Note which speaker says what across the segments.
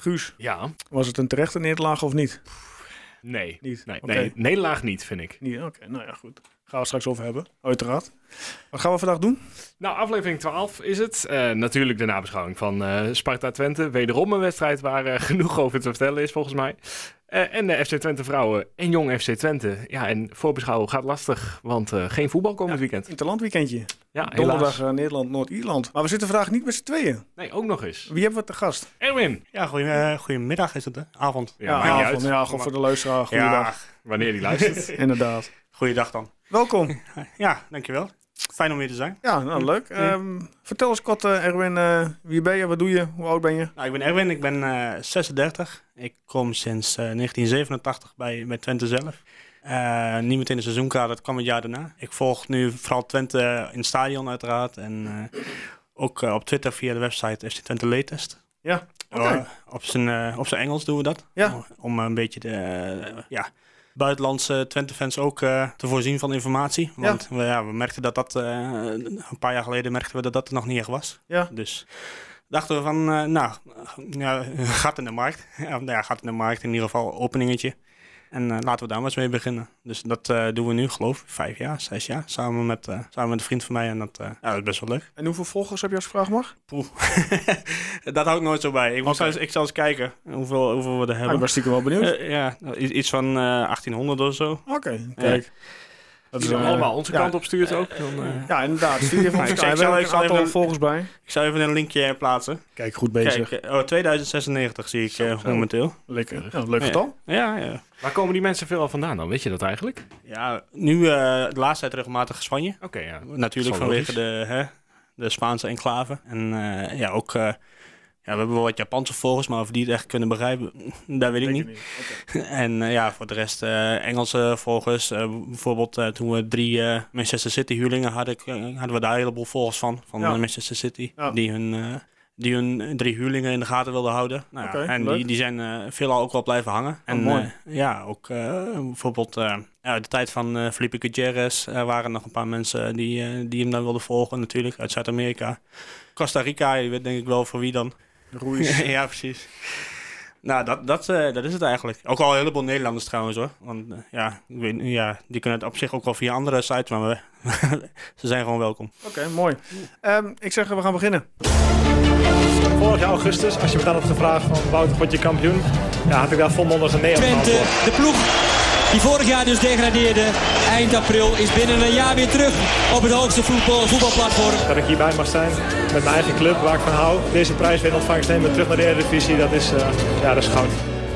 Speaker 1: Guus,
Speaker 2: Ja.
Speaker 1: was het een terechte nederlaag of niet?
Speaker 2: Nee.
Speaker 1: Niet?
Speaker 2: Nee,
Speaker 1: Oké.
Speaker 2: nee, nederlaag niet, vind ik.
Speaker 1: Niet, oké, nou ja, goed. Gaan we het straks over hebben, uiteraard. Wat gaan we vandaag doen?
Speaker 2: Nou, aflevering 12 is het. Natuurlijk de nabeschouwing van Sparta Twente. Wederom een wedstrijd waar genoeg over te vertellen is, volgens mij. En de FC Twente vrouwen en jong FC Twente. Ja, en voorbeschouwen gaat lastig, want geen voetbal komend weekend.
Speaker 1: Interlandweekendje.
Speaker 2: Ja,
Speaker 1: Donderdag
Speaker 2: helaas.
Speaker 1: Nederland, Noord-Ierland. Maar we zitten vandaag niet met z'n tweeën.
Speaker 2: Nee, ook nog eens.
Speaker 1: Wie hebben we te gast?
Speaker 2: Erwin.
Speaker 3: Ja, goedemiddag is het, hè? Avond.
Speaker 2: Ja, maakt niet uit.
Speaker 1: Ja, gewoon voor de luisteraar. Goeiedag.
Speaker 2: Wanneer die luistert.
Speaker 1: Inderdaad.
Speaker 3: Goeiedag dan.
Speaker 1: Welkom.
Speaker 3: Ja, dankjewel. Fijn om hier te zijn.
Speaker 1: Ja, nou leuk. Vertel eens kort, Erwin, wie ben je, wat doe je, hoe oud ben je?
Speaker 3: Nou, ik ben Erwin, ik ben 36. Ik kom sinds 1987 bij Twente zelf. Niet meteen de seizoenkaart, dat kwam het jaar daarna. Ik volg nu vooral Twente in het stadion uiteraard. En ook op Twitter via de website FC Twente Latest.
Speaker 1: Ja, oké.
Speaker 3: Op zijn Engels doen we dat.
Speaker 1: Ja.
Speaker 3: Om een beetje de buitenlandse Twente-fans ook te voorzien van informatie. Want we merkten dat een paar jaar geleden merkten we dat er nog niet echt was.
Speaker 1: Ja.
Speaker 3: Dus dachten we van, gat in de markt. Gat in de markt, in ieder geval openingetje. En laten we daar maar eens mee beginnen. Dus dat doen we nu, geloof ik, 5 jaar, 6 jaar. Samen met een vriend van mij. En dat is best wel leuk.
Speaker 1: En hoeveel volgers heb je als vraag mag?
Speaker 3: Poeh. Dat hou ik nooit zo bij. Ik zal eens kijken hoeveel we er hebben.
Speaker 1: Ik ben stiekem wel benieuwd.
Speaker 3: Iets van 1800 of zo.
Speaker 1: Oké, kijk. Dat
Speaker 2: Die dan allemaal onze kant op stuurt ook.
Speaker 1: Ja, inderdaad. Stuur je van ons.
Speaker 3: Ik
Speaker 1: We
Speaker 3: zal
Speaker 1: hebben een aantal
Speaker 3: even-
Speaker 1: volgers bij.
Speaker 3: Ik zal even een linkje plaatsen.
Speaker 1: Kijk, goed bezig.
Speaker 3: Kijk, 2096 zie ik
Speaker 1: Zo.
Speaker 3: momenteel.
Speaker 1: Lekker. Ja, leuk getal.
Speaker 3: Ja.
Speaker 2: Waar komen die mensen veelal vandaan dan? Weet je dat eigenlijk?
Speaker 3: Ja, nu de laatste tijd regelmatig Spanje.
Speaker 2: Oké, ja.
Speaker 3: Natuurlijk
Speaker 2: Dat is wel
Speaker 3: vanwege de Spaanse enclave. En ook... we hebben wel wat Japanse volgers, maar of die het echt kunnen begrijpen, dat weet ik niet.
Speaker 1: Oké.
Speaker 3: En voor de rest Engelse volgers. Bijvoorbeeld toen we 3 Manchester City huurlingen hadden we daar een heleboel volgers van Manchester City.
Speaker 1: Ja.
Speaker 3: Die hun 3 huurlingen in de gaten wilden houden. Nou,
Speaker 1: Oké,
Speaker 3: en
Speaker 1: leuk.
Speaker 3: die zijn veelal ook wel blijven hangen. En
Speaker 1: mooi.
Speaker 3: ook bijvoorbeeld de tijd van Felipe Gutierrez waren nog een paar mensen die hem dan wilden volgen natuurlijk, uit Zuid-Amerika. Costa Rica, je weet denk ik wel voor wie dan.
Speaker 1: Ruiz.
Speaker 3: Ja, precies. Nou, dat is het eigenlijk. Ook al een heleboel Nederlanders trouwens hoor. Want die kunnen het op zich ook wel via andere sites, maar ze zijn gewoon welkom.
Speaker 1: Oké, mooi. Ik zeg, we gaan beginnen.
Speaker 4: Vorig jaar augustus, als je me dan had gevraagd van Wouter, word je kampioen? Ja, had ik daar volmondig een nee op
Speaker 5: Twente,
Speaker 4: geantwoord.
Speaker 5: de ploeg die vorig jaar dus degradeerde, eind april, is binnen een jaar weer terug op het hoogste voetbalplatform.
Speaker 4: Dat ik hierbij mag zijn met mijn eigen club waar ik van hou. Deze prijs weer in ontvangst nemen, terug naar de Eredivisie, dat is goud.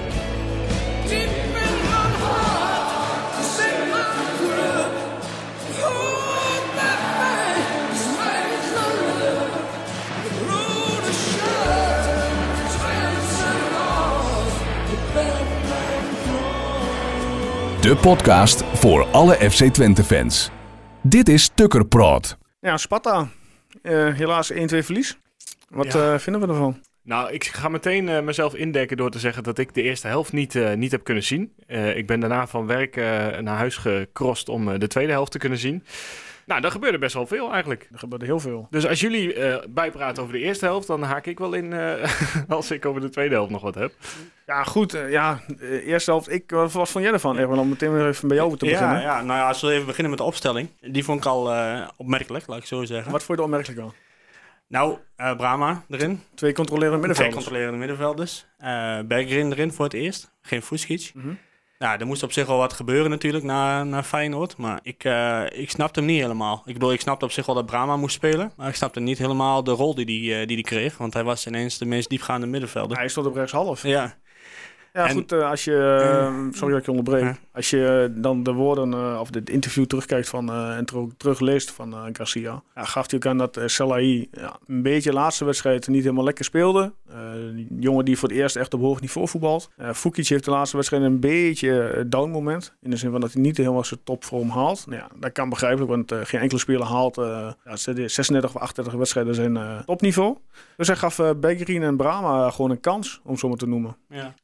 Speaker 6: De podcast voor alle FC Twente fans. Dit is Tukkerpraat.
Speaker 1: Ja, Sparta. Helaas 1-2 verlies. Wat vinden we ervan?
Speaker 2: Nou, ik ga meteen mezelf indekken door te zeggen dat ik de eerste helft niet heb kunnen zien. Ik ben daarna van werk naar huis gecrossed om de tweede helft te kunnen zien. Nou, daar gebeurde best wel veel eigenlijk.
Speaker 1: Er gebeurde heel veel.
Speaker 2: Dus als jullie bijpraten over de eerste helft, dan haak ik wel in als ik over de tweede helft nog wat heb.
Speaker 1: Ja, goed. Eerste helft. Wat vond jij ervan? Erwin, om meteen weer even bij jou te beginnen.
Speaker 3: Ja, nou ja, als we even beginnen met de opstelling. Die vond ik al opmerkelijk, laat ik zo zeggen.
Speaker 1: Wat vond je er opmerkelijk aan?
Speaker 3: Nou, Brahma erin.
Speaker 1: 2 controlerende
Speaker 3: 2
Speaker 1: middenvelders.
Speaker 3: controlerende middenvelders. Bergrin erin voor het eerst. Geen Fuskic. Nou, er moest op zich wel wat gebeuren natuurlijk na Feyenoord. Maar ik snapte hem niet helemaal. Ik bedoel, ik snapte op zich wel dat Brahma moest spelen. Maar ik snapte niet helemaal de rol die kreeg. Want hij was ineens de meest diepgaande middenvelder.
Speaker 1: Hij stond op rechtshalf.
Speaker 3: Ja.
Speaker 1: Ja,
Speaker 3: En-
Speaker 1: goed. Als je... sorry dat ik je onderbreek.
Speaker 3: Ja.
Speaker 1: Als je dan de woorden of het interview terugkijkt en terugleest van Garcia. Ja, gaf hij ook aan dat Salahi een beetje de laatste wedstrijd niet helemaal lekker speelde. Een jongen die voor het eerst echt op hoog niveau voetbalt. Fukic heeft de laatste wedstrijd een beetje down moment. In de zin van dat hij niet helemaal zijn topvorm haalt. Nou ja, dat kan begrijpelijk, want geen enkele speler haalt 36 of 38 wedstrijden zijn topniveau. Dus hij gaf Bergrin en Brahma gewoon een kans, om zo maar te noemen.
Speaker 3: Ja.
Speaker 1: Ja,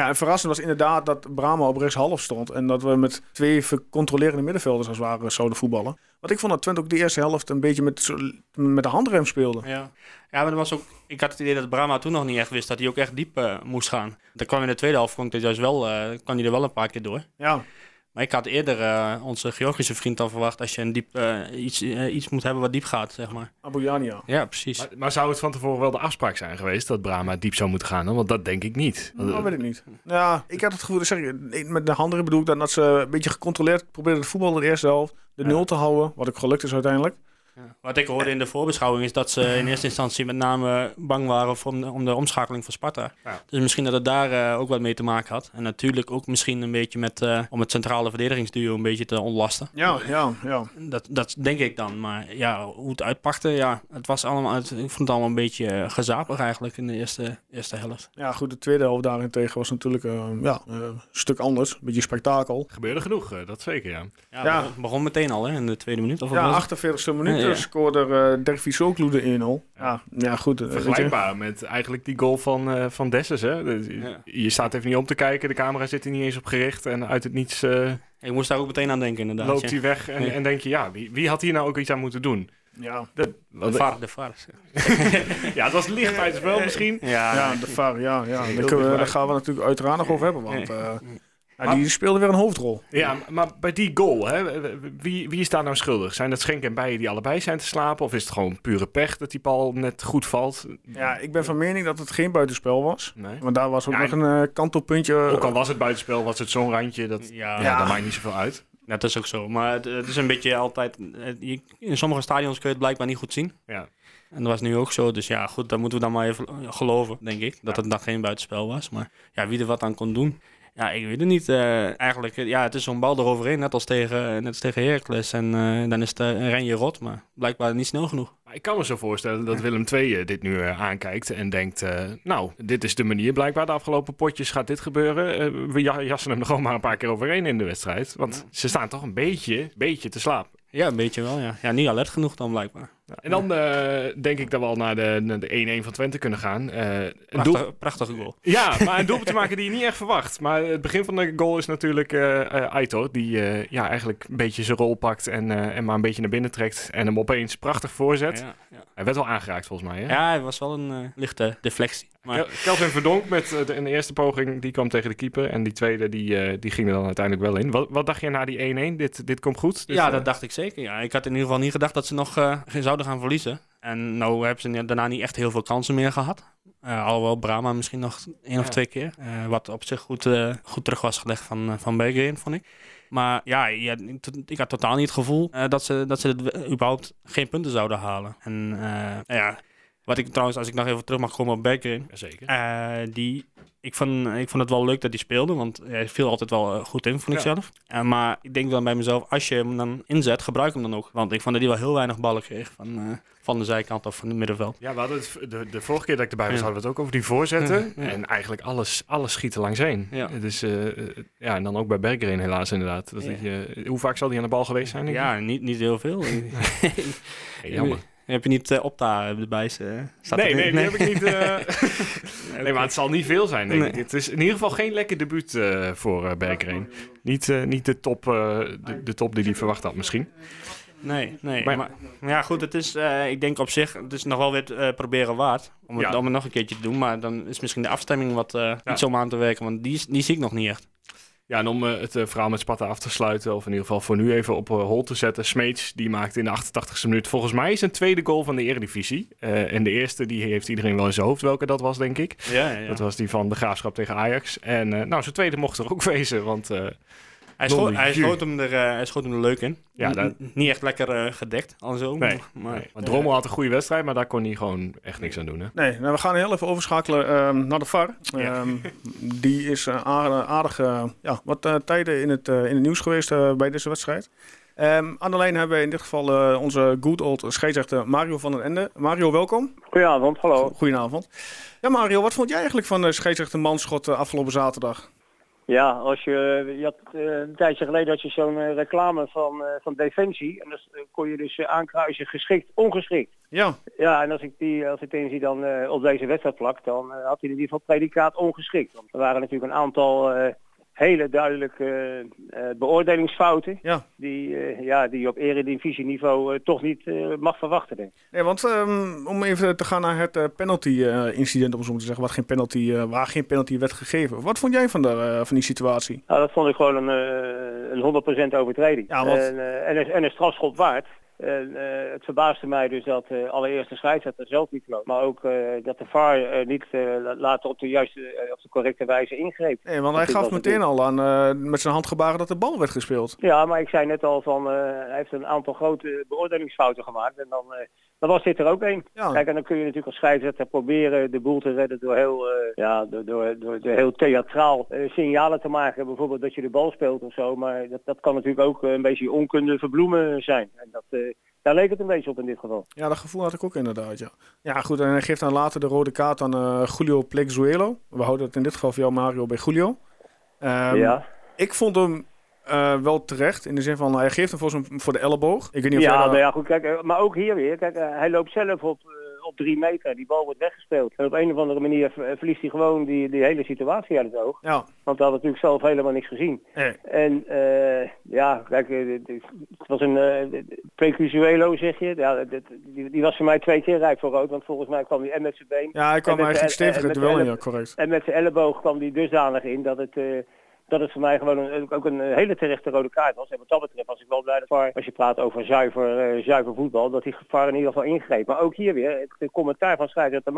Speaker 1: Ja, en verrassend was inderdaad dat Brahma op rechtshalf stond. En dat we met 2 controlerende middenvelders als het ware zouden voetballen. Want ik vond dat Twente ook de eerste helft een beetje met de handrem speelde.
Speaker 3: Ja, maar er was ook, ik had het idee dat Brahma toen nog niet echt wist dat hij ook echt diep moest gaan. Dan kwam in de tweede helft, kwam hij er wel een paar keer door.
Speaker 1: Ja.
Speaker 3: Maar ik had eerder onze Georgische vriend al verwacht als je een diep, iets moet hebben wat diep gaat, zeg maar.
Speaker 1: Abuyania.
Speaker 3: Ja, precies.
Speaker 2: Maar zou het van tevoren wel de afspraak zijn geweest dat Brahma diep zou moeten gaan? Want dat denk ik niet.
Speaker 1: Dat weet ik niet. Ja, ik had het gevoel, met de handrem bedoel ik dat ze een beetje gecontroleerd probeerden het voetbal in de eerste helft de 0 te houden. Wat ook gelukt is uiteindelijk.
Speaker 3: Ja. Wat ik hoorde in de voorbeschouwing is dat ze in eerste instantie met name bang waren om de omschakeling van Sparta. Ja. Dus misschien dat het daar ook wat mee te maken had. En natuurlijk ook misschien een beetje om het centrale verdedigingsduo een beetje te ontlasten.
Speaker 1: Ja.
Speaker 3: Dat denk ik dan. Maar ja, hoe het uitpakte, het was allemaal, ik vond het allemaal een beetje gezapig eigenlijk in de eerste helft.
Speaker 1: Ja, goed, de tweede helft daarentegen was natuurlijk een stuk anders. Een beetje spektakel.
Speaker 2: Gebeurde genoeg, dat zeker,
Speaker 3: ja. Het begon meteen al in de tweede minuut. Of
Speaker 1: 48e minuut. Ja. Scoorde Dervis Soglu de 1-0. Ja, goed.
Speaker 2: Vergelijkbaar met eigenlijk die goal van Dessus. Hè? Je staat even niet om te kijken, de camera zit er niet eens op gericht en uit het niets...
Speaker 3: Ik moest daar ook meteen aan denken inderdaad.
Speaker 2: Loopt hij weg en denk je, wie had hier nou ook iets aan moeten doen?
Speaker 1: Ja,
Speaker 3: de VAR.
Speaker 2: Ja, het was licht uit het spel misschien.
Speaker 1: Ja, de VAR, ja. Daar gaan we natuurlijk uiteraard nog over hebben, want... die speelde weer een hoofdrol.
Speaker 2: Ja, maar bij die goal, hè, wie is daar nou schuldig? Zijn dat Schenk en Beijen die allebei zijn te slapen? Of is het gewoon pure pech dat die bal net goed valt?
Speaker 1: Ja, ik ben van mening dat het geen buitenspel was.
Speaker 2: Nee.
Speaker 1: Want daar was ook nog een kantelpuntje.
Speaker 2: Ook al was het buitenspel, was het zo'n randje. Dat maakt niet zoveel uit.
Speaker 3: Ja, dat is ook zo. Maar het is een beetje altijd... In sommige stadions kun je het blijkbaar niet goed zien.
Speaker 2: Ja.
Speaker 3: En dat was nu ook zo. Dus ja, goed, dan moeten we dan maar even geloven, denk ik. Dat het dan geen buitenspel was. Maar ja, wie er wat aan kon doen... Ja, ik weet het niet. Eigenlijk, het is zo'n bal eroverheen, net als tegen Heracles. En dan is het een renje rot, maar blijkbaar niet snel genoeg.
Speaker 2: Maar ik kan me zo voorstellen dat Willem II dit nu aankijkt en denkt... dit is de manier. Blijkbaar de afgelopen potjes gaat dit gebeuren. We jassen hem er gewoon maar een paar keer overheen in de wedstrijd. Want ze staan toch een beetje te slapen.
Speaker 3: Ja, een beetje wel, ja. Ja, niet alert genoeg dan blijkbaar.
Speaker 2: En dan denk ik dat we al naar de 1-1 van Twente kunnen gaan.
Speaker 3: Prachtige goal.
Speaker 2: Ja, maar een doelpunt te maken die je niet echt verwacht. Maar het begin van de goal is natuurlijk Aitor. Die eigenlijk een beetje zijn rol pakt en maar een beetje naar binnen trekt. En hem opeens prachtig voorzet. Ja. Hij werd wel aangeraakt volgens mij. Hè?
Speaker 3: Ja, hij was wel een lichte deflectie. Maar...
Speaker 2: Kelvin Verdonk met de eerste poging, die kwam tegen de keeper. En die tweede, die ging er dan uiteindelijk wel in. Wat dacht je na die 1-1? Dit komt goed?
Speaker 3: Dat dacht ik zeker. Ja. Ik had in ieder geval niet gedacht dat ze nog zouden gaan verliezen. En nou hebben ze daarna niet echt heel veel kansen meer gehad. Alhoewel Brahma misschien nog 1 of 2 keer. Wat op zich goed terug was gelegd van Berggren, vond ik. Maar ik had totaal niet het gevoel dat ze überhaupt geen punten zouden halen. En wat ik trouwens, als ik nog even terug mag komen op Berggren.
Speaker 2: Zeker.
Speaker 3: Ik vond het wel leuk dat hij speelde, want hij viel altijd wel goed in, vond ik zelf. Maar ik denk dan bij mezelf, als je hem dan inzet, gebruik hem dan ook. Want ik vond dat hij wel heel weinig ballen kreeg van de zijkant of van het middenveld. Ja,
Speaker 2: we hadden de vorige keer dat ik erbij was, hadden we het ook over die voorzetten. Ja. En eigenlijk alles schiet er langs heen. Ja. Dus, en dan ook bij Berggren helaas inderdaad. Hoe vaak zal hij aan de bal geweest zijn?
Speaker 3: Ja, niet heel veel.
Speaker 2: Jammer.
Speaker 3: Heb je niet Opta erbij?
Speaker 2: Nee, die heb ik niet. Nee, maar het zal niet veel zijn, denk ik. Het is in ieder geval geen lekker debuut voor Berggren. Niet de top die hij verwacht had misschien.
Speaker 3: Nee. Maar ja, goed, het is, ik denk op zich, het is nog wel weer proberen waard om het nog een keertje te doen. Maar dan is misschien de afstemming niet zo aan te werken, want die zie ik nog niet echt.
Speaker 2: Ja, en om het verhaal met Sparta af te sluiten, of in ieder geval voor nu even op hol te zetten. Smeets, die maakte in de 88e minuut volgens mij zijn tweede goal van de Eredivisie. En de eerste, die heeft iedereen wel in zijn hoofd welke dat was, denk ik.
Speaker 3: Ja.
Speaker 2: Dat was die van de Graafschap tegen Ajax. En zijn tweede mocht er ook wezen, want...
Speaker 3: Hij schoot hem er leuk in. Ja, niet echt lekker gedekt, al zo.
Speaker 2: Nee, maar Drommel had een goede wedstrijd, maar daar kon hij gewoon echt niks aan doen. Hè?
Speaker 1: Nee, we gaan heel even overschakelen naar de VAR. Ja. Die is aardig wat tijden in het nieuws geweest bij deze wedstrijd. Aan de lijn hebben we in dit geval onze good old scheidsrechter Mario van den Ende. Mario, welkom.
Speaker 7: Goedenavond, hallo.
Speaker 1: Goedenavond. Ja, Mario, wat vond jij eigenlijk van de scheidsrechter Manschot afgelopen zaterdag?
Speaker 7: Ja, je had een tijdje geleden had je zo'n reclame van Defensie. En dat kon je dus aankruisen geschikt, ongeschikt.
Speaker 1: Ja.
Speaker 7: Ja, en als ik het inzie dan op deze wedstrijd plak, dan had hij in ieder geval predicaat ongeschikt. Want er waren natuurlijk een aantal hele duidelijke beoordelingsfouten. Ja. Die je op eredivisieniveau toch niet mag verwachten, denk ik.
Speaker 1: Nee, want om even te gaan naar het penalty-incident, om zo te zeggen, waar geen penalty werd gegeven. Wat vond jij van die situatie?
Speaker 7: Nou, dat vond ik gewoon een 100% overtreding. Ja, want... en een strafschop waard. Het verbaasde mij dus dat allereerst de scheidsrechter zelf niet geloof. Maar ook dat de VAR niet later op de correcte wijze ingreep. Nee,
Speaker 1: want hij gaf meteen al aan met zijn handgebaren dat de bal werd gespeeld.
Speaker 7: Ja, maar ik zei net al hij heeft een aantal grote beoordelingsfouten gemaakt. En dan was dit er ook één. Ja. Kijk, en dan kun je natuurlijk als scheidsrechter proberen de boel te redden door heel theatraal signalen te maken. Bijvoorbeeld dat je de bal speelt of zo. Maar dat kan natuurlijk ook een beetje onkunde verbloemen zijn. En daar leek het een beetje op in dit geval.
Speaker 1: Ja, dat gevoel had ik ook inderdaad, ja. Ja, goed, en hij geeft dan later de rode kaart aan Julio Pleguezuelo. We houden het in dit geval voor jou, Mario, bij Julio.
Speaker 7: Ja.
Speaker 1: Ik vond hem wel terecht, in de zin van hij geeft hem voor de elleboog. Ik weet niet of
Speaker 7: ja, goed, kijk, maar ook hier weer. Kijk, hij loopt zelf op 3 meter. Die bal wordt weggespeeld. En op een of andere manier verliest hij gewoon die hele situatie uit het oog. Ja. Want hij had natuurlijk zelf helemaal niks gezien. Nee. En kijk, het was een Pleguezuelo, zeg je. Ja, die was voor mij 2 keer rijp voor rood. Want volgens mij kwam hij en met zijn been.
Speaker 1: Ja, hij kwam eigenlijk stevig het duel in, ja, correct.
Speaker 7: En met zijn elleboog kwam hij dusdanig in dat het voor mij gewoon ook een hele terechte rode kaart was. En wat dat betreft was ik wel blij dat VAR, als je praat over zuiver voetbal, dat die VAR in ieder geval ingreep. Maar ook hier weer, het commentaar van scheidsrechter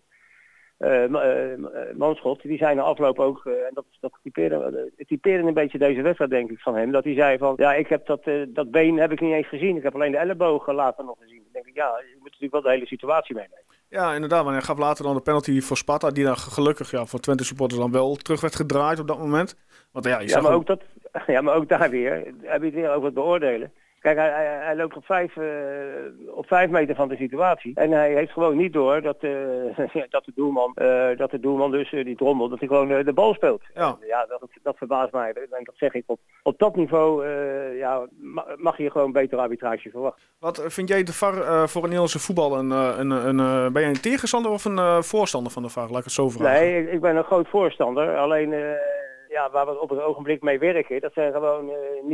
Speaker 7: Manschot, die zei na afloop ook, en dat typeerde een beetje deze wedstrijd denk ik van hem, dat hij zei van, ja, ik heb dat been heb ik niet eens gezien. Ik heb alleen de elleboog later nog gezien. Dan denk ik, ja, je moet natuurlijk wel de hele situatie meenemen.
Speaker 1: Ja, inderdaad. Maar hij gaf later dan de penalty voor Sparta, die dan gelukkig voor Twente supporters dan wel terug werd gedraaid op dat moment. Want
Speaker 7: maar ook daar weer, heb je het weer over het beoordelen. Kijk, hij loopt op 5 meter van de situatie. En hij heeft gewoon niet door dat de doelman dus die trommel, dat hij gewoon de bal speelt. Ja, dat verbaast mij. En dat zeg ik op dat niveau mag je gewoon beter arbitrage verwachten.
Speaker 1: Wat vind jij de VAR voor een Nederlandse voetbal? Ben jij een tegenstander of een voorstander van de VAR? Laat ik het zo vragen.
Speaker 7: Nee, ik ben een groot voorstander. Alleen... waar we op het ogenblik mee werken, dat zijn gewoon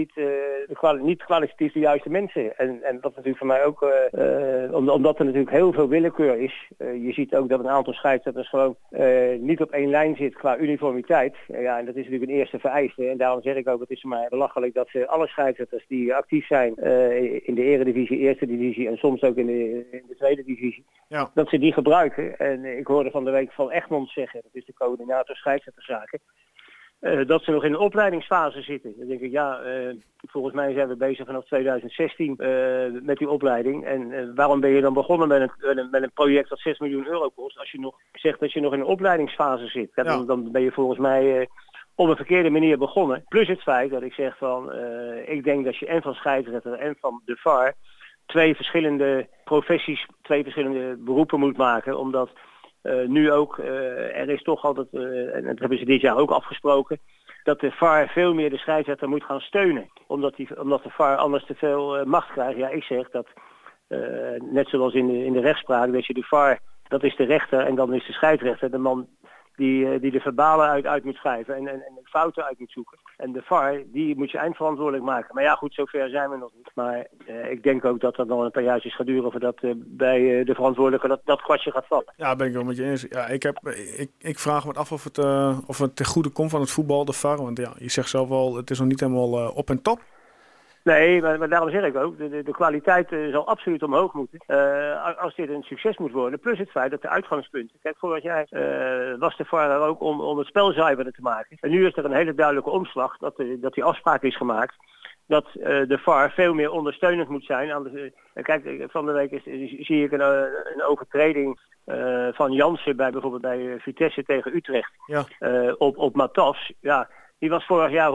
Speaker 7: niet kwalitatief de juiste mensen. En dat natuurlijk voor mij ook, omdat er natuurlijk heel veel willekeur is. Je ziet ook dat een aantal scheidsrechters gewoon niet op één lijn zit qua uniformiteit. En dat is natuurlijk een eerste vereiste. En daarom zeg ik ook, het is voor mij belachelijk dat alle scheidsrechters die actief zijn in de eredivisie, eerste divisie en soms ook in de tweede divisie, dat ze die gebruiken. En ik hoorde van de week van Egmond zeggen, dat is de coördinator scheidsrechterszaken, dat ze nog in een opleidingsfase zitten. Dan denk ik, volgens mij zijn we bezig vanaf 2016 met die opleiding. En waarom ben je dan begonnen met een project dat 6 miljoen euro kost, als je nog zegt dat je nog in een opleidingsfase zit? Dan ben je volgens mij op een verkeerde manier begonnen. Plus het feit dat ik zeg van, ik denk dat je en van scheidsrechter en van de VAR 2 verschillende professies, 2 verschillende beroepen moet maken, omdat... nu ook, er is toch altijd, en dat hebben ze dit jaar ook afgesproken, dat de VAR veel meer de scheidsrechter moet gaan steunen. Omdat de VAR anders te veel macht krijgt. Ja, ik zeg dat, net zoals in de rechtspraak, dat je de VAR, dat is de rechter en dan is de scheidsrechter de man die de verbalen uit moet schrijven en de fouten uit moet zoeken. En de VAR, die moet je eindverantwoordelijk maken. Maar ja, goed, zover zijn we nog niet. Maar ik denk ook dat dat nog een paar jaartjes gaat duren voordat bij de verantwoordelijke dat kwartje gaat vallen.
Speaker 1: Ja, ben ik wel met je eens. Ja, ik vraag me af of het ten goede komt van het voetbal, de VAR. Want ja, je zegt zelf al, het is nog niet helemaal op en top.
Speaker 7: Nee, maar daarom zeg ik ook, de kwaliteit zal absoluut omhoog moeten. Als dit een succes moet worden. Plus het feit dat de uitgangspunten... Kijk, vorig jaar was de VAR er ook om het spel zuiverder te maken. En nu is er een hele duidelijke omslag dat die afspraak is gemaakt. Dat de VAR veel meer ondersteunend moet zijn. Kijk, van de week zie ik een overtreding van Jansen bijvoorbeeld bij Vitesse tegen Utrecht. Ja. Op Matas. Ja, die was vorig jaar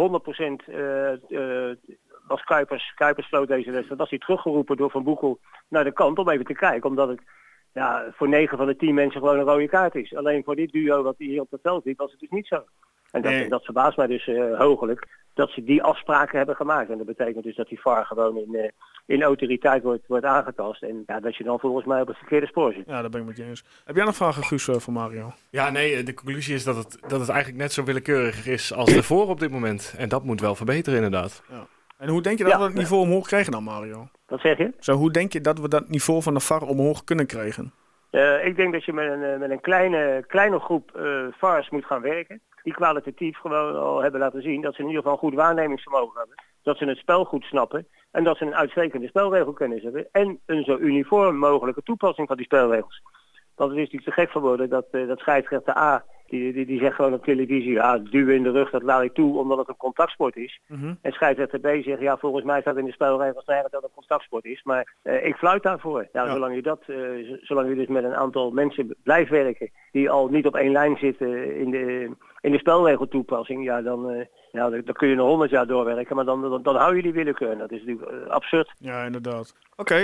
Speaker 7: 100%... als Kuipers sloot deze wedstrijd, was hij teruggeroepen door Van Boekel naar de kant om even te kijken. Omdat het voor 9 van de 10 mensen gewoon een rode kaart is. Alleen voor dit duo wat hier op het veld liep, was het dus niet zo. En dat verbaast mij dus hoogelijk dat ze die afspraken hebben gemaakt. En dat betekent dus dat die VAR gewoon in autoriteit wordt aangetast. En dat je dan volgens mij op het verkeerde spoor zit.
Speaker 1: Ja, dat ben ik met je eens. Heb jij nog vragen, Guus, voor Mario?
Speaker 2: Ja, nee, de conclusie is dat het eigenlijk net zo willekeurig is als ervoor op dit moment. En dat moet wel verbeteren inderdaad.
Speaker 1: Ja. En hoe denk je dat we dat niveau omhoog krijgen dan, Mario?
Speaker 7: Wat zeg je?
Speaker 1: Hoe denk je dat we dat niveau van de VAR omhoog kunnen krijgen?
Speaker 7: Ik denk dat je met een kleine groep VAR's moet gaan werken. Die kwalitatief gewoon al hebben laten zien dat ze in ieder geval een goed waarnemingsvermogen hebben. Dat ze het spel goed snappen. En dat ze een uitstekende spelregelkennis hebben. En een zo uniform mogelijke toepassing van die spelregels. Want het is natuurlijk te gek geworden dat scheidsrechter A, die zegt gewoon op televisie, duwen in de rug, dat laat ik toe omdat het een contactsport is.
Speaker 1: Mm-hmm.
Speaker 7: En scheidsrechter B zegt, volgens mij staat in de spelregels dat het een contactsport is. Maar ik fluit daarvoor. Zolang je dus met een aantal mensen blijft werken die al niet op één lijn zitten in de spelregeltoepassing, dan kun je nog 100 jaar doorwerken, maar dan hou je die willekeur. En dat is natuurlijk absurd.
Speaker 1: Ja, inderdaad. Oké,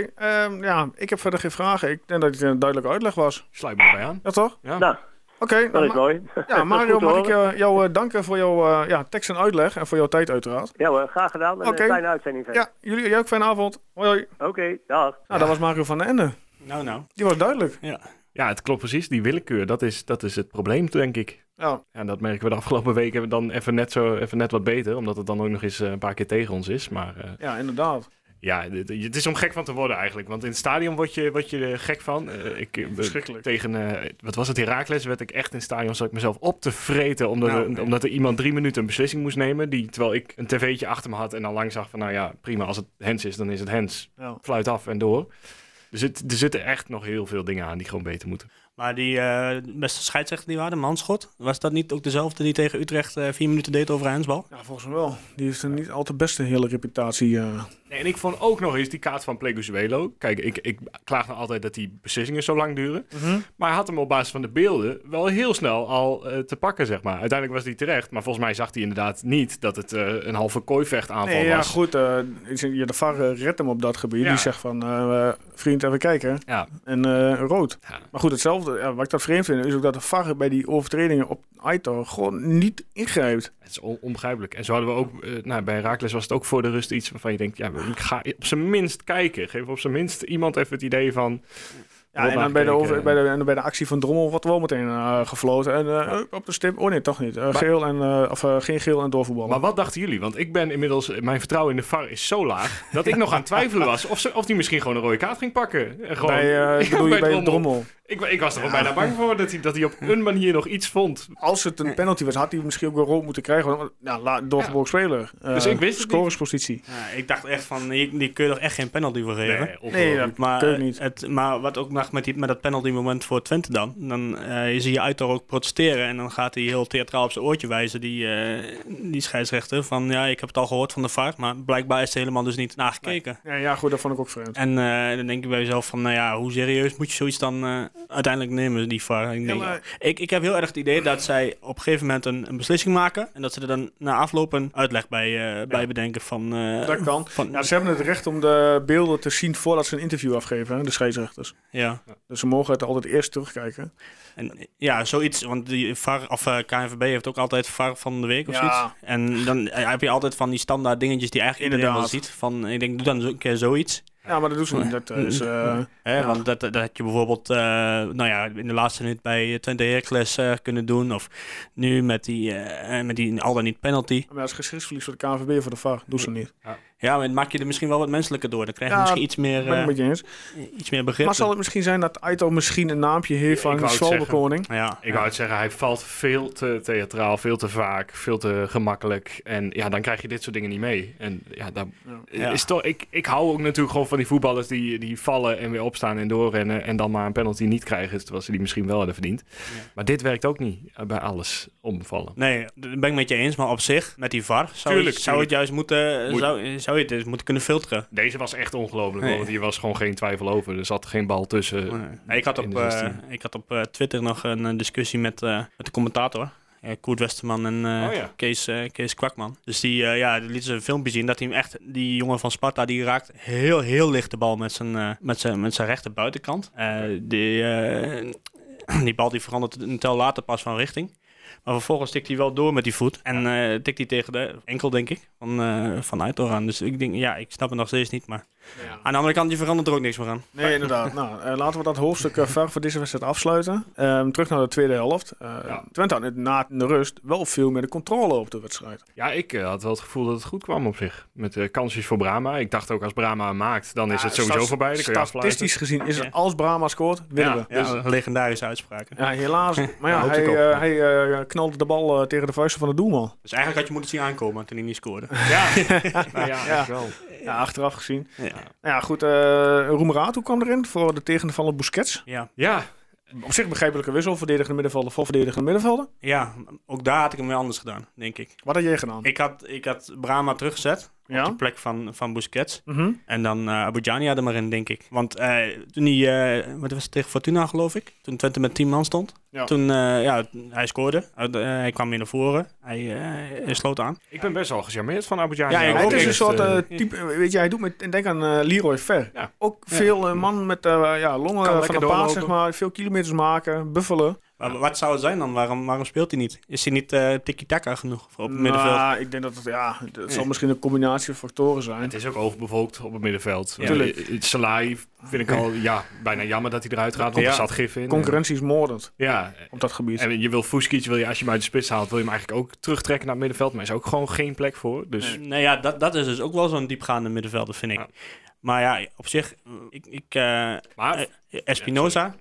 Speaker 1: ik heb verder geen vragen. Ik denk dat het een duidelijke uitleg was.
Speaker 2: Sluit me erbij aan.
Speaker 1: Ja, toch?
Speaker 2: Ja.
Speaker 7: Nou,
Speaker 1: Oké,
Speaker 7: dat is mooi.
Speaker 1: Ja, Mario, mag ik jou danken voor jouw tekst en uitleg en voor jouw tijd uiteraard.
Speaker 7: Ja hoor, graag gedaan. En een fijne uitzending.
Speaker 1: Ja, jij ook fijne avond. Hoi.
Speaker 7: Oké, dag.
Speaker 1: Nou, dat was Mario van den Ende.
Speaker 3: Nou.
Speaker 1: Die was duidelijk.
Speaker 2: Ja, het klopt precies. Die willekeur, dat is het probleem, denk ik.
Speaker 1: Ja.
Speaker 2: En dat merken we de afgelopen weken dan even net wat beter. Omdat het dan ook nog eens een paar keer tegen ons is. Maar,
Speaker 1: ja, inderdaad.
Speaker 2: Ja, het is om gek van te worden eigenlijk. Want in het stadion word je er gek van.
Speaker 1: Verschrikkelijk.
Speaker 2: Tegen, wat was het, Heracles, werd ik echt in het stadion, zat ik mezelf op te vreten. Omdat er iemand 3 minuten een beslissing moest nemen. Terwijl ik een tv'tje achter me had en dan lang zag van, prima, als het hens is, dan is het hens.
Speaker 1: Ja.
Speaker 2: Fluit af en door. Er zitten echt nog heel veel dingen aan die gewoon beter moeten.
Speaker 3: Maar die beste scheidsrechter die we hadden, Manschot, was dat niet ook dezelfde die tegen Utrecht 4 minuten deed over hensbal?
Speaker 1: Ja, volgens mij wel. Die heeft een niet al te beste hele reputatie.
Speaker 2: Nee, en ik vond ook nog eens die kaart van Pleguezuelo. Kijk, ik klaag nou altijd dat die beslissingen zo lang duren.
Speaker 1: Mm-hmm.
Speaker 2: Maar hij had hem op basis van de beelden wel heel snel al te pakken, zeg maar. Uiteindelijk was hij terecht. Maar volgens mij zag hij inderdaad niet dat het een halve kooivechtaanval was.
Speaker 1: Ja, goed. De VAR redt hem op dat gebied.
Speaker 2: Ja.
Speaker 1: Die zegt van, vriend, even kijken.
Speaker 2: Ja.
Speaker 1: En rood.
Speaker 2: Ja.
Speaker 1: Maar goed, hetzelfde. Wat ik dat vreemd vind, is ook dat de VAR bij die overtredingen op Aitor gewoon niet ingrijpt.
Speaker 2: Het is onbegrijpelijk. En zo hadden we ook, bij Heracles was het ook voor de rust iets waarvan je denkt, ik ga op zijn minst kijken. Geef op zijn minst iemand even het idee van...
Speaker 1: Ja, en dan bij de actie van Drommel wordt wel meteen gefloten. En op de stip, nee, toch niet. Geel geen geel en doorvoetballen.
Speaker 2: Maar wat dachten jullie? Want ik ben inmiddels, mijn vertrouwen in de VAR is zo laag, dat ik nog aan het twijfelen was of die misschien gewoon een rode kaart ging pakken. En gewoon,
Speaker 1: bij Drommel.
Speaker 2: Ik was er wel bijna bang voor dat hij op een manier nog iets vond.
Speaker 1: Als het een penalty was, had hij misschien ook wel rood moeten krijgen. Doorgebroken speler.
Speaker 2: Dus ik wist het
Speaker 1: scorespositie.
Speaker 3: Ja, ik dacht echt van, die kun je toch echt geen penalty voor geven?
Speaker 1: Nee, dat kun je niet.
Speaker 3: Maar wat ook nog met dat penalty moment voor Twente dan zie je Aitor ook protesteren. En dan gaat hij heel theatraal op zijn oortje wijzen, die scheidsrechter. Van ik heb het al gehoord van de VAR, maar blijkbaar is er helemaal dus niet naar gekeken.
Speaker 1: Nee. Ja, goed, dat vond ik ook vreemd.
Speaker 3: En dan denk ik bij jezelf van, hoe serieus moet je zoiets dan uiteindelijk nemen, die VAR? Ik heb heel erg het idee dat zij op een gegeven moment een beslissing maken en dat ze er dan na afloop een uitleg bij bedenken van...
Speaker 1: dat kan. Ze hebben het recht om de beelden te zien voordat ze een interview afgeven, de scheidsrechters.
Speaker 3: Ja.
Speaker 1: Dus ze mogen het altijd eerst terugkijken.
Speaker 3: En zoiets, want die VAR of KNVB heeft ook altijd VAR van de week of zoiets. En dan heb je altijd van die standaard dingetjes die eigenlijk iedereen wel ziet. Van, ik denk, doe dan een keer zoiets.
Speaker 1: Ja, maar dat doen ze niet. Dat is,
Speaker 3: Want dat had je bijvoorbeeld in de laatste minuut bij Twente Heracles kunnen doen. Of nu met die al dan niet penalty.
Speaker 1: Maar dat is geschichtsverlies voor de KNVB of voor de VAR. Doen ze niet.
Speaker 3: Ja, maar het maakt je er misschien wel wat menselijker door. Dan krijg je misschien iets meer begrip.
Speaker 1: Maar zal het misschien zijn dat Aitor misschien een naampje heeft van een Zwalbekoning?
Speaker 2: Ik wou het zeggen, hij valt veel te theatraal, veel te vaak, veel te gemakkelijk. En dan krijg je dit soort dingen niet mee. En is toch, ik hou ook natuurlijk gewoon van die voetballers die vallen en weer opstaan en doorrennen en dan maar een penalty niet krijgen, terwijl ze die misschien wel hadden verdiend. Ja. Maar dit werkt ook niet bij alles omvallen.
Speaker 3: Nee, dat ben ik met je eens, maar op zich, met die VAR, zou het juist zou je het eens moeten kunnen filteren.
Speaker 2: Deze was echt ongelooflijk, want hier was gewoon geen twijfel over. Er zat geen bal tussen.
Speaker 3: Nee. Ik had op Twitter nog een discussie met de commentator. Koert Westerman en Kees Kwakman. Dus die lieten ze een filmpje zien dat hij hem echt, die jongen van Sparta, die raakt heel, heel licht de bal met zijn rechter buitenkant. Die bal die verandert een tel later pas van richting. Maar vervolgens tikt hij wel door met die voet. En tikt hij tegen de enkel, denk ik, van Aitor aan. Dus ik denk, ik snap het nog steeds niet. Maar aan de andere kant, je verandert er ook niks meer aan.
Speaker 1: Nee, inderdaad. Nou, laten we dat hoofdstuk ver voor deze wedstrijd afsluiten. Terug naar de tweede helft. Twente had na de rust wel veel meer de controle op de wedstrijd.
Speaker 2: Ja, ik had wel het gevoel dat het goed kwam op zich. Met kansjes voor Brahma. Ik dacht ook als Brahma maakt, dan is het sowieso voorbij. Dan kun je
Speaker 1: statistisch gezien is het als Brahma scoort, winnen we.
Speaker 3: Ja, een legendarische uitspraak.
Speaker 1: Ja, helaas. Maar hij knalde de bal tegen de vuisten van de doelman.
Speaker 3: Dus eigenlijk had je moeten zien aankomen toen hij niet scoorde.
Speaker 2: Wel.
Speaker 1: Ja, achteraf gezien. Ja, goed. Roemeratu kwam erin voor de tegenvaller Busquets.
Speaker 2: Ja.
Speaker 1: Op zich begrijpelijke wissel, verdedigende middenvelder voor verdedigende middenvelder.
Speaker 3: Ja, ook daar had ik hem weer anders gedaan, denk ik.
Speaker 1: Wat had jij gedaan?
Speaker 3: Ik had Brahma teruggezet op de plek van Busquets. En dan Abujani had er maar in, denk ik. Want toen hij, wat was het, tegen Fortuna, geloof ik? Toen Twente met 10 man stond. Ja. Toen, hij scoorde. Hij kwam weer naar voren. Hij sloot aan.
Speaker 2: Ik ben best wel gecharmeerd van Abujani.
Speaker 1: Ja, het is een soort type, weet je, hij doet met, denk aan Leroy Fer. Ja. Ook veel man met longen van de paard, zeg maar. Veel kilometers maken, buffelen.
Speaker 3: Maar wat zou het zijn dan? Waarom speelt hij niet? Is hij niet tiki-taka genoeg op het middenveld?
Speaker 1: Ja, ik denk dat het zal misschien een combinatie van factoren zijn.
Speaker 2: Het is ook overbevolkt op het middenveld. Ja. Salai vind ik al bijna jammer dat hij eruit gaat, want er zat gif in.
Speaker 1: Concurrentie is moordend op dat gebied.
Speaker 2: En je wil Fuskic, als je hem uit de spits haalt, wil je hem eigenlijk ook terugtrekken naar het middenveld. Maar er is ook gewoon geen plek voor. Dus.
Speaker 3: Dat is dus ook wel zo'n diepgaande middenvelder, vind ik. Ja. Maar ja, op zich, Espinoza...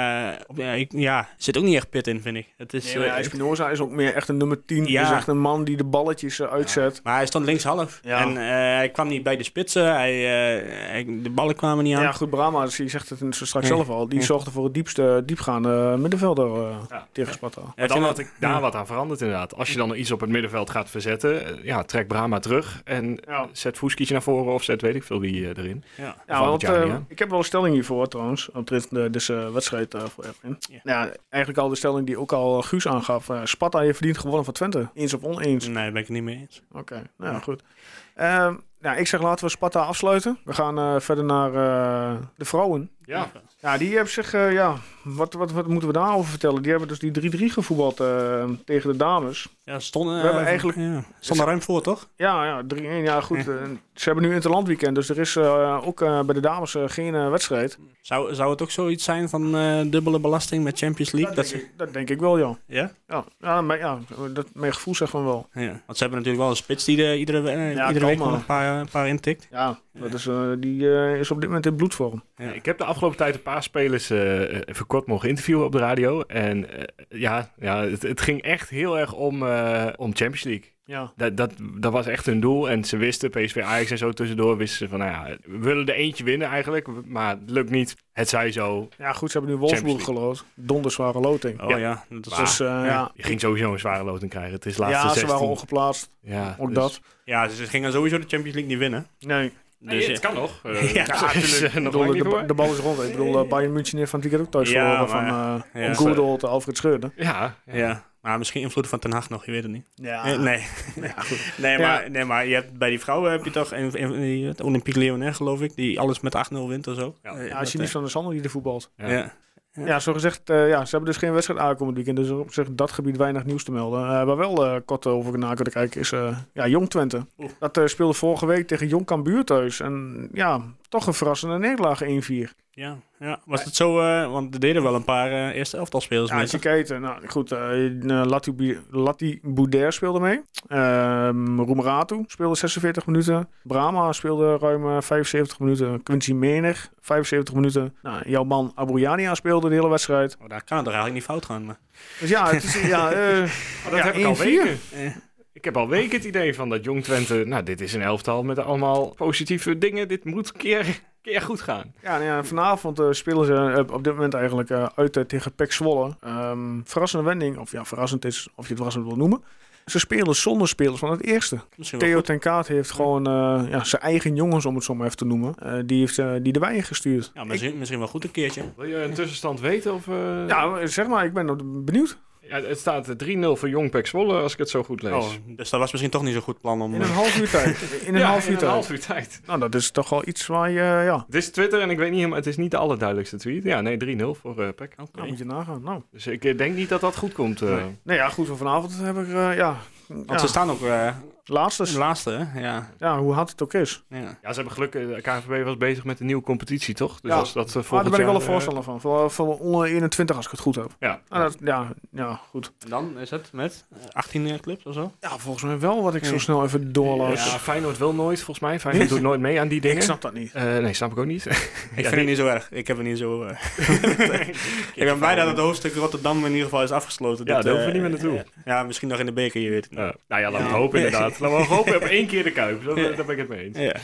Speaker 3: zit ook niet echt pit in, vind ik. Het is,
Speaker 1: Espinoza is ook meer echt een nummer 10. Ja. Is echt een man die de balletjes uitzet.
Speaker 3: Ja. Maar hij stond linkshalf. Ja. En hij kwam niet bij de spitsen. De ballen kwamen niet aan.
Speaker 1: Ja, goed, Brahma, je zegt het straks zelf al. Die zorgde voor het diepgaande middenvelder tegen Sparta.
Speaker 2: Ja, dan had ik daar wat aan veranderd, inderdaad. Als je dan iets op het middenveld gaat verzetten, trek Brahma terug en zet Fuskic naar voren of zet weet ik veel wie erin.
Speaker 1: Ja, want ik heb wel een stelling hiervoor trouwens. Op deze wedstrijd voor Erwin. Ja, eigenlijk al de stelling die ook al Guus aangaf. Sparta heeft verdiend gewonnen van Twente. Eens of oneens?
Speaker 3: Nee, daar ben ik het niet mee eens.
Speaker 1: Oké, goed. Ik zeg laten we Sparta afsluiten. We gaan verder naar de vrouwen. Ja, die hebben zich... wat moeten we daarover vertellen? Die hebben dus die 3-3 gevoetbald tegen de dames.
Speaker 3: Ja, stonden ruim voor, toch?
Speaker 1: Ja, 3-1. Ja, goed. Ze hebben nu interlandweekend, dus er is ook bij de dames geen wedstrijd.
Speaker 3: Zou het ook zoiets zijn van dubbele belasting met Champions League?
Speaker 1: Dat denk ik wel, ja.
Speaker 3: Ja?
Speaker 1: Ja, mijn gevoel zegt van wel.
Speaker 3: Ja, want ze hebben natuurlijk wel een spits die iedere week nog een paar intikt.
Speaker 1: Ja, die is op dit moment in bloedvorm.
Speaker 2: Ja. Ik heb de afgelopen tijd een paar spelers even kort mogen interviewen op de radio. En het ging echt heel erg om Champions League. Ja. Dat was echt hun doel. En ze wisten, PSV, Ajax en zo tussendoor, wisten ze van, we willen er eentje winnen eigenlijk. Maar het lukt niet. Het zij zo.
Speaker 1: Ja, goed, ze hebben nu Wolfsburg geloot. Donderzware loting.
Speaker 3: Oh ja.
Speaker 2: Je ging sowieso een zware loting krijgen. Het is laatste 16.
Speaker 1: Ze waren ongeplaatst. Ja, ook dus. Dat.
Speaker 3: Ja, ze gingen sowieso de Champions League niet winnen.
Speaker 1: Nee.
Speaker 2: Dus, het kan nog.
Speaker 1: De bal is rond. Ik bedoel, Bayern München heeft van het weekend ook thuis verloren van Goedel te Alfred Schreuder.
Speaker 3: Ja. Maar misschien invloed van Ten Hag nog, je weet het niet.
Speaker 1: Ja.
Speaker 3: Nee. Goed. Nee, maar je hebt, bij die vrouwen heb je toch het Olympique Lyonnais, geloof ik, die alles met 8-0 wint of zo.
Speaker 1: Als je niet van de Sander die er voetbalt.
Speaker 3: Ja,
Speaker 1: zo gezegd, ze hebben dus geen wedstrijd aankomend weekend. Dus op zich dat gebied weinig nieuws te melden. Waar wel kort over na kunnen kijken is Jong Twente. Dat speelde vorige week tegen Jong Cambuur thuis. En toch een verrassende nederlaag 1-4.
Speaker 3: Ja. Was het zo, want er deden wel een paar eerste elftalspelers mee.
Speaker 1: Als je kijkt, goed, Lati Bouder speelde mee. Roemeratu speelde 46 minuten. Brahma speelde ruim 75 minuten. Quincy Menig, 75 minuten. Jouw man Abujani speelde de hele wedstrijd.
Speaker 3: Daar kan het toch eigenlijk niet fout gaan. Maar.
Speaker 1: Dus het is...
Speaker 2: dat heb ik al weken. Ik heb al weken het idee van dat Jong Twente... dit is een elftal met allemaal positieve dingen. Dit moet een keer goed gaan.
Speaker 1: Ja, vanavond spelen ze op dit moment eigenlijk uit tegen PEC Zwolle. Verrassende wending, of verrassend is, of je het verrassend wil noemen. Ze spelen zonder spelers van het eerste. Theo ten Kaat heeft gewoon zijn eigen jongens, om het zo maar even te noemen. Die erbij ingestuurd.
Speaker 3: Ja, misschien wel goed een keertje.
Speaker 2: Wil je een tussenstand weten? Of,
Speaker 1: Ja, zeg maar, ik ben benieuwd.
Speaker 2: Ja, het staat 3-0 voor Jong PEC Zwolle, als ik het zo goed lees.
Speaker 3: Oh, dus dat was misschien toch niet zo goed plan om...
Speaker 1: In een half uur tijd. In een half uur
Speaker 2: tijd.
Speaker 1: Nou, dat is toch wel iets waar je... ja.
Speaker 2: Het is Twitter en ik weet niet helemaal... Het is niet de allerduidelijkste tweet. Ja, nee, 3-0 voor PEC.
Speaker 1: Nou, moet je nagaan. Nou.
Speaker 2: Dus ik denk niet dat dat goed komt.
Speaker 1: Nee, ja, goed. Vanavond heb ik...
Speaker 3: Want ze staan ook...
Speaker 1: Laatste.
Speaker 3: De laatste, hè? Ja.
Speaker 1: Ja, hoe hard het ook is.
Speaker 3: Ja.
Speaker 2: Ja, ze hebben geluk. De KNVB was bezig met een nieuwe competitie, toch? Dus
Speaker 1: Ja.
Speaker 2: als dat
Speaker 1: Maar
Speaker 2: volgend
Speaker 1: daar ben ik wel
Speaker 2: jaar,
Speaker 1: een voorstander van. Voor onder 21 als ik het goed heb.
Speaker 2: Ja.
Speaker 1: Ja, goed.
Speaker 3: En dan is het met 18 clubs of zo?
Speaker 1: Ja, volgens mij wel wat ik zo snel even doorlas.
Speaker 2: Ja, Feyenoord wil nooit, volgens mij. Feyenoord doet nooit mee aan die dingen.
Speaker 1: Ik snap dat niet.
Speaker 2: Nee, snap ik ook niet.
Speaker 3: Ik vind het niet zo erg. Ik heb het niet zo... ik ben blij dat het hoofdstuk Rotterdam in ieder geval is afgesloten.
Speaker 2: Ja, daar hoeven we niet meer naartoe.
Speaker 3: Ja, misschien nog in de beker, je weet het niet.
Speaker 2: Nou ja, laten we hopen inderdaad. Laten we hopen op 1 keer de Kuip. Daar ben ik het mee eens.
Speaker 3: Ja.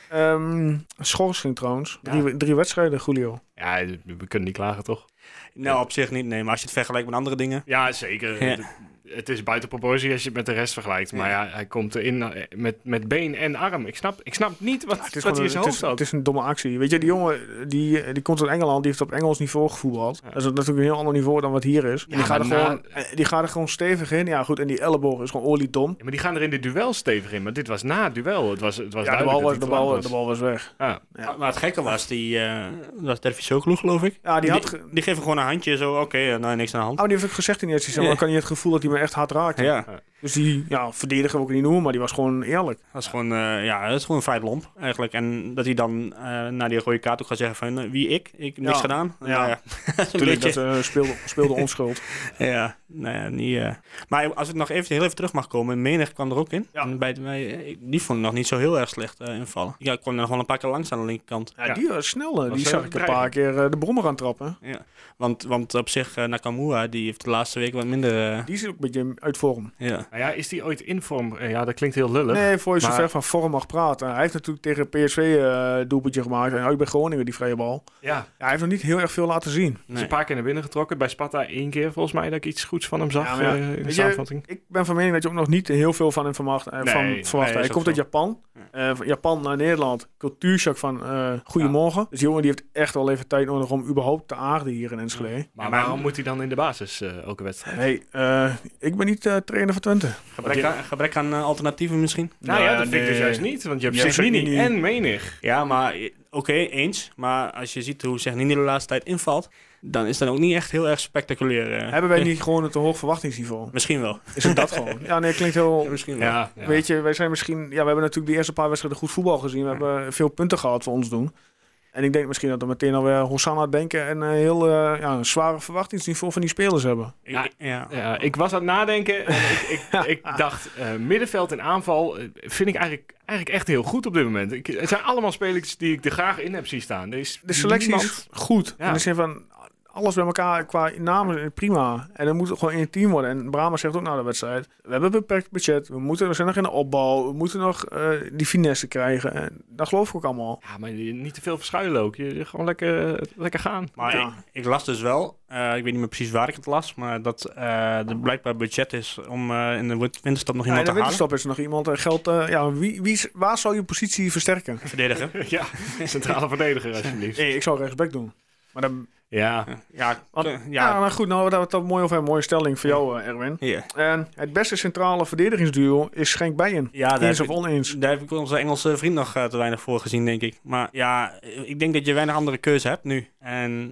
Speaker 1: Schorsing trouwens.
Speaker 2: Ja.
Speaker 1: 3 wedstrijden, Julio.
Speaker 2: Ja, we kunnen niet klagen, toch?
Speaker 3: Nou, op zich niet, nee. Maar als je het vergelijkt met andere dingen...
Speaker 2: Ja, zeker.
Speaker 3: Ja.
Speaker 2: Het is buiten proportie als je het met de rest vergelijkt. Maar ja, hij komt erin met been en arm. Ik snap niet wat hij in zijn hoofd had.
Speaker 1: Het is een domme actie. Weet je, die jongen die komt uit Engeland, die heeft op Engels niveau gevoetbald.
Speaker 2: Ja.
Speaker 1: Dat is natuurlijk een heel ander niveau dan wat hier is.
Speaker 2: Ja,
Speaker 1: Die gaat er gewoon stevig in. Ja, goed. En die elleboog is gewoon oliedom.
Speaker 2: Ja, maar die gaan er in de duel stevig in. Maar dit was na het duel. Het was
Speaker 1: Ja,
Speaker 2: duidelijk
Speaker 1: de bal was weg.
Speaker 2: Ja.
Speaker 3: Maar het gekke was, dat was Dervisoglu, geloof ik.
Speaker 1: Ja, die
Speaker 3: geven gewoon een handje zo, oké, nou niks aan de hand.
Speaker 1: die heeft ook gezegd in die eerste maar dan kan je het gevoel dat hij me echt hard raakt.
Speaker 3: Ja,
Speaker 1: Dus die verdediger ook niet noemen, maar die was gewoon eerlijk.
Speaker 3: dat is gewoon, dat is gewoon vrij lomp eigenlijk. En dat hij dan na die rode kaart ook gaat zeggen van, wie ik? Ik heb niks gedaan.
Speaker 1: Ja. Natuurlijk, dat speelde onschuld.
Speaker 3: Ja, nou ja, niet... Maar als ik nog heel even terug mag komen, Menig kwam er ook in.
Speaker 1: Ja.
Speaker 3: En die vond ik nog niet zo heel erg slecht invallen. Ja, ik kon er nog wel een paar keer langs aan de linkerkant.
Speaker 1: Ja, die was snel. Die
Speaker 2: Was
Speaker 1: zag ik een paar keer de brommer aan trappen.
Speaker 3: Ja. Want op zich, Nakamura, die heeft de laatste week wat minder...
Speaker 1: Die is ook een beetje uit vorm.
Speaker 3: ja.
Speaker 2: Nou ja, is die ooit in vorm? Ja, dat klinkt heel lullig.
Speaker 1: Nee, voor je zo
Speaker 2: maar-
Speaker 1: ver van vorm mag praten. Hij heeft natuurlijk tegen PSV doelpuntje gemaakt. En uit bij Groningen die vrije bal.
Speaker 2: Ja,
Speaker 1: Ja, hij heeft nog niet heel erg veel laten zien.
Speaker 2: hij is een paar keer naar binnen getrokken. Bij Sparta 1 keer volgens mij dat ik iets goeds van hem zag
Speaker 1: Ja, maar
Speaker 2: in de
Speaker 1: weet je,
Speaker 2: samenvatting.
Speaker 1: Ik ben van mening dat je ook nog niet heel veel van hem verwacht.
Speaker 2: Nee,
Speaker 1: Hij
Speaker 3: is
Speaker 1: komt
Speaker 3: ook
Speaker 1: uit
Speaker 3: zo.
Speaker 1: Japan. Van Japan naar Nederland. Cultuurshock van goedemorgen. Dus die jongen die heeft echt wel even tijd nodig om überhaupt te aarden hier in Enschede.
Speaker 2: Maar waarom moet hij dan in de basis elke wedstrijd?
Speaker 1: Hey, ik ben niet trainer van Twente.
Speaker 3: Gebrek aan alternatieven misschien?
Speaker 2: Nou ja, dat vind ik dus
Speaker 1: nee.
Speaker 2: juist niet. Want je hebt
Speaker 1: Je hebt
Speaker 2: Segnini
Speaker 1: Segnini.
Speaker 2: en Menig.
Speaker 3: Ja, maar oké, eens. Maar als je ziet hoe Segnini de laatste tijd invalt, dan is dat ook niet echt heel erg spectaculair.
Speaker 1: Hebben wij niet gewoon een te hoog verwachtingsniveau?
Speaker 3: Misschien wel.
Speaker 1: Is het dat gewoon? Ja, nee, klinkt heel...
Speaker 3: Misschien wel.
Speaker 2: Ja,
Speaker 1: Weet je, wij zijn misschien... Ja, we hebben natuurlijk de eerste paar wedstrijden goed voetbal gezien. We hebben veel punten gehad voor ons doen. En ik denk misschien dat we meteen alweer Hosanna denken en een heel een zware verwachtingsniveau van die spelers hebben.
Speaker 2: Ja, ik was aan het nadenken en ik dacht, middenveld en aanval vind ik eigenlijk echt heel goed op dit moment. Het zijn allemaal spelers die ik er graag in heb zien staan.
Speaker 1: De selectie is goed.
Speaker 2: Ja.
Speaker 1: In de zin van alles bij elkaar qua namen prima. En dan moet het gewoon in een team worden. En Brahma zegt ook na de wedstrijd, we hebben een beperkt budget. We zijn nog in de opbouw. We moeten nog die finesse krijgen. En dat geloof ik ook allemaal.
Speaker 2: Ja, maar niet te veel verschuilen ook. Je gewoon lekker gaan.
Speaker 3: Maar
Speaker 1: Ja.
Speaker 3: ik las dus wel, ik weet niet meer precies waar ik het las, maar dat er blijkbaar budget is om in de winterstop nog
Speaker 1: Ja, in
Speaker 3: iemand
Speaker 1: de
Speaker 3: te halen.
Speaker 1: winterstop is er nog iemand geld. Waar zou je positie versterken?
Speaker 3: Verdedigen.
Speaker 2: Ja, centrale verdediger alsjeblieft.
Speaker 1: Nee, ik zou rechtsback doen. Maar dan...
Speaker 2: Ja,
Speaker 1: Ja, maar goed, nou, dat mooi over een mooie stelling voor jou, Erwin.
Speaker 3: hier.
Speaker 1: En het beste centrale verdedigingsduo is Schenk Bijen.
Speaker 3: Ja, daar
Speaker 1: Eens
Speaker 3: heb
Speaker 1: of oneens.
Speaker 3: Daar heb ik onze Engelse vriend nog te weinig voor gezien, denk ik. Maar ja, ik denk dat je weinig andere keuze hebt nu. En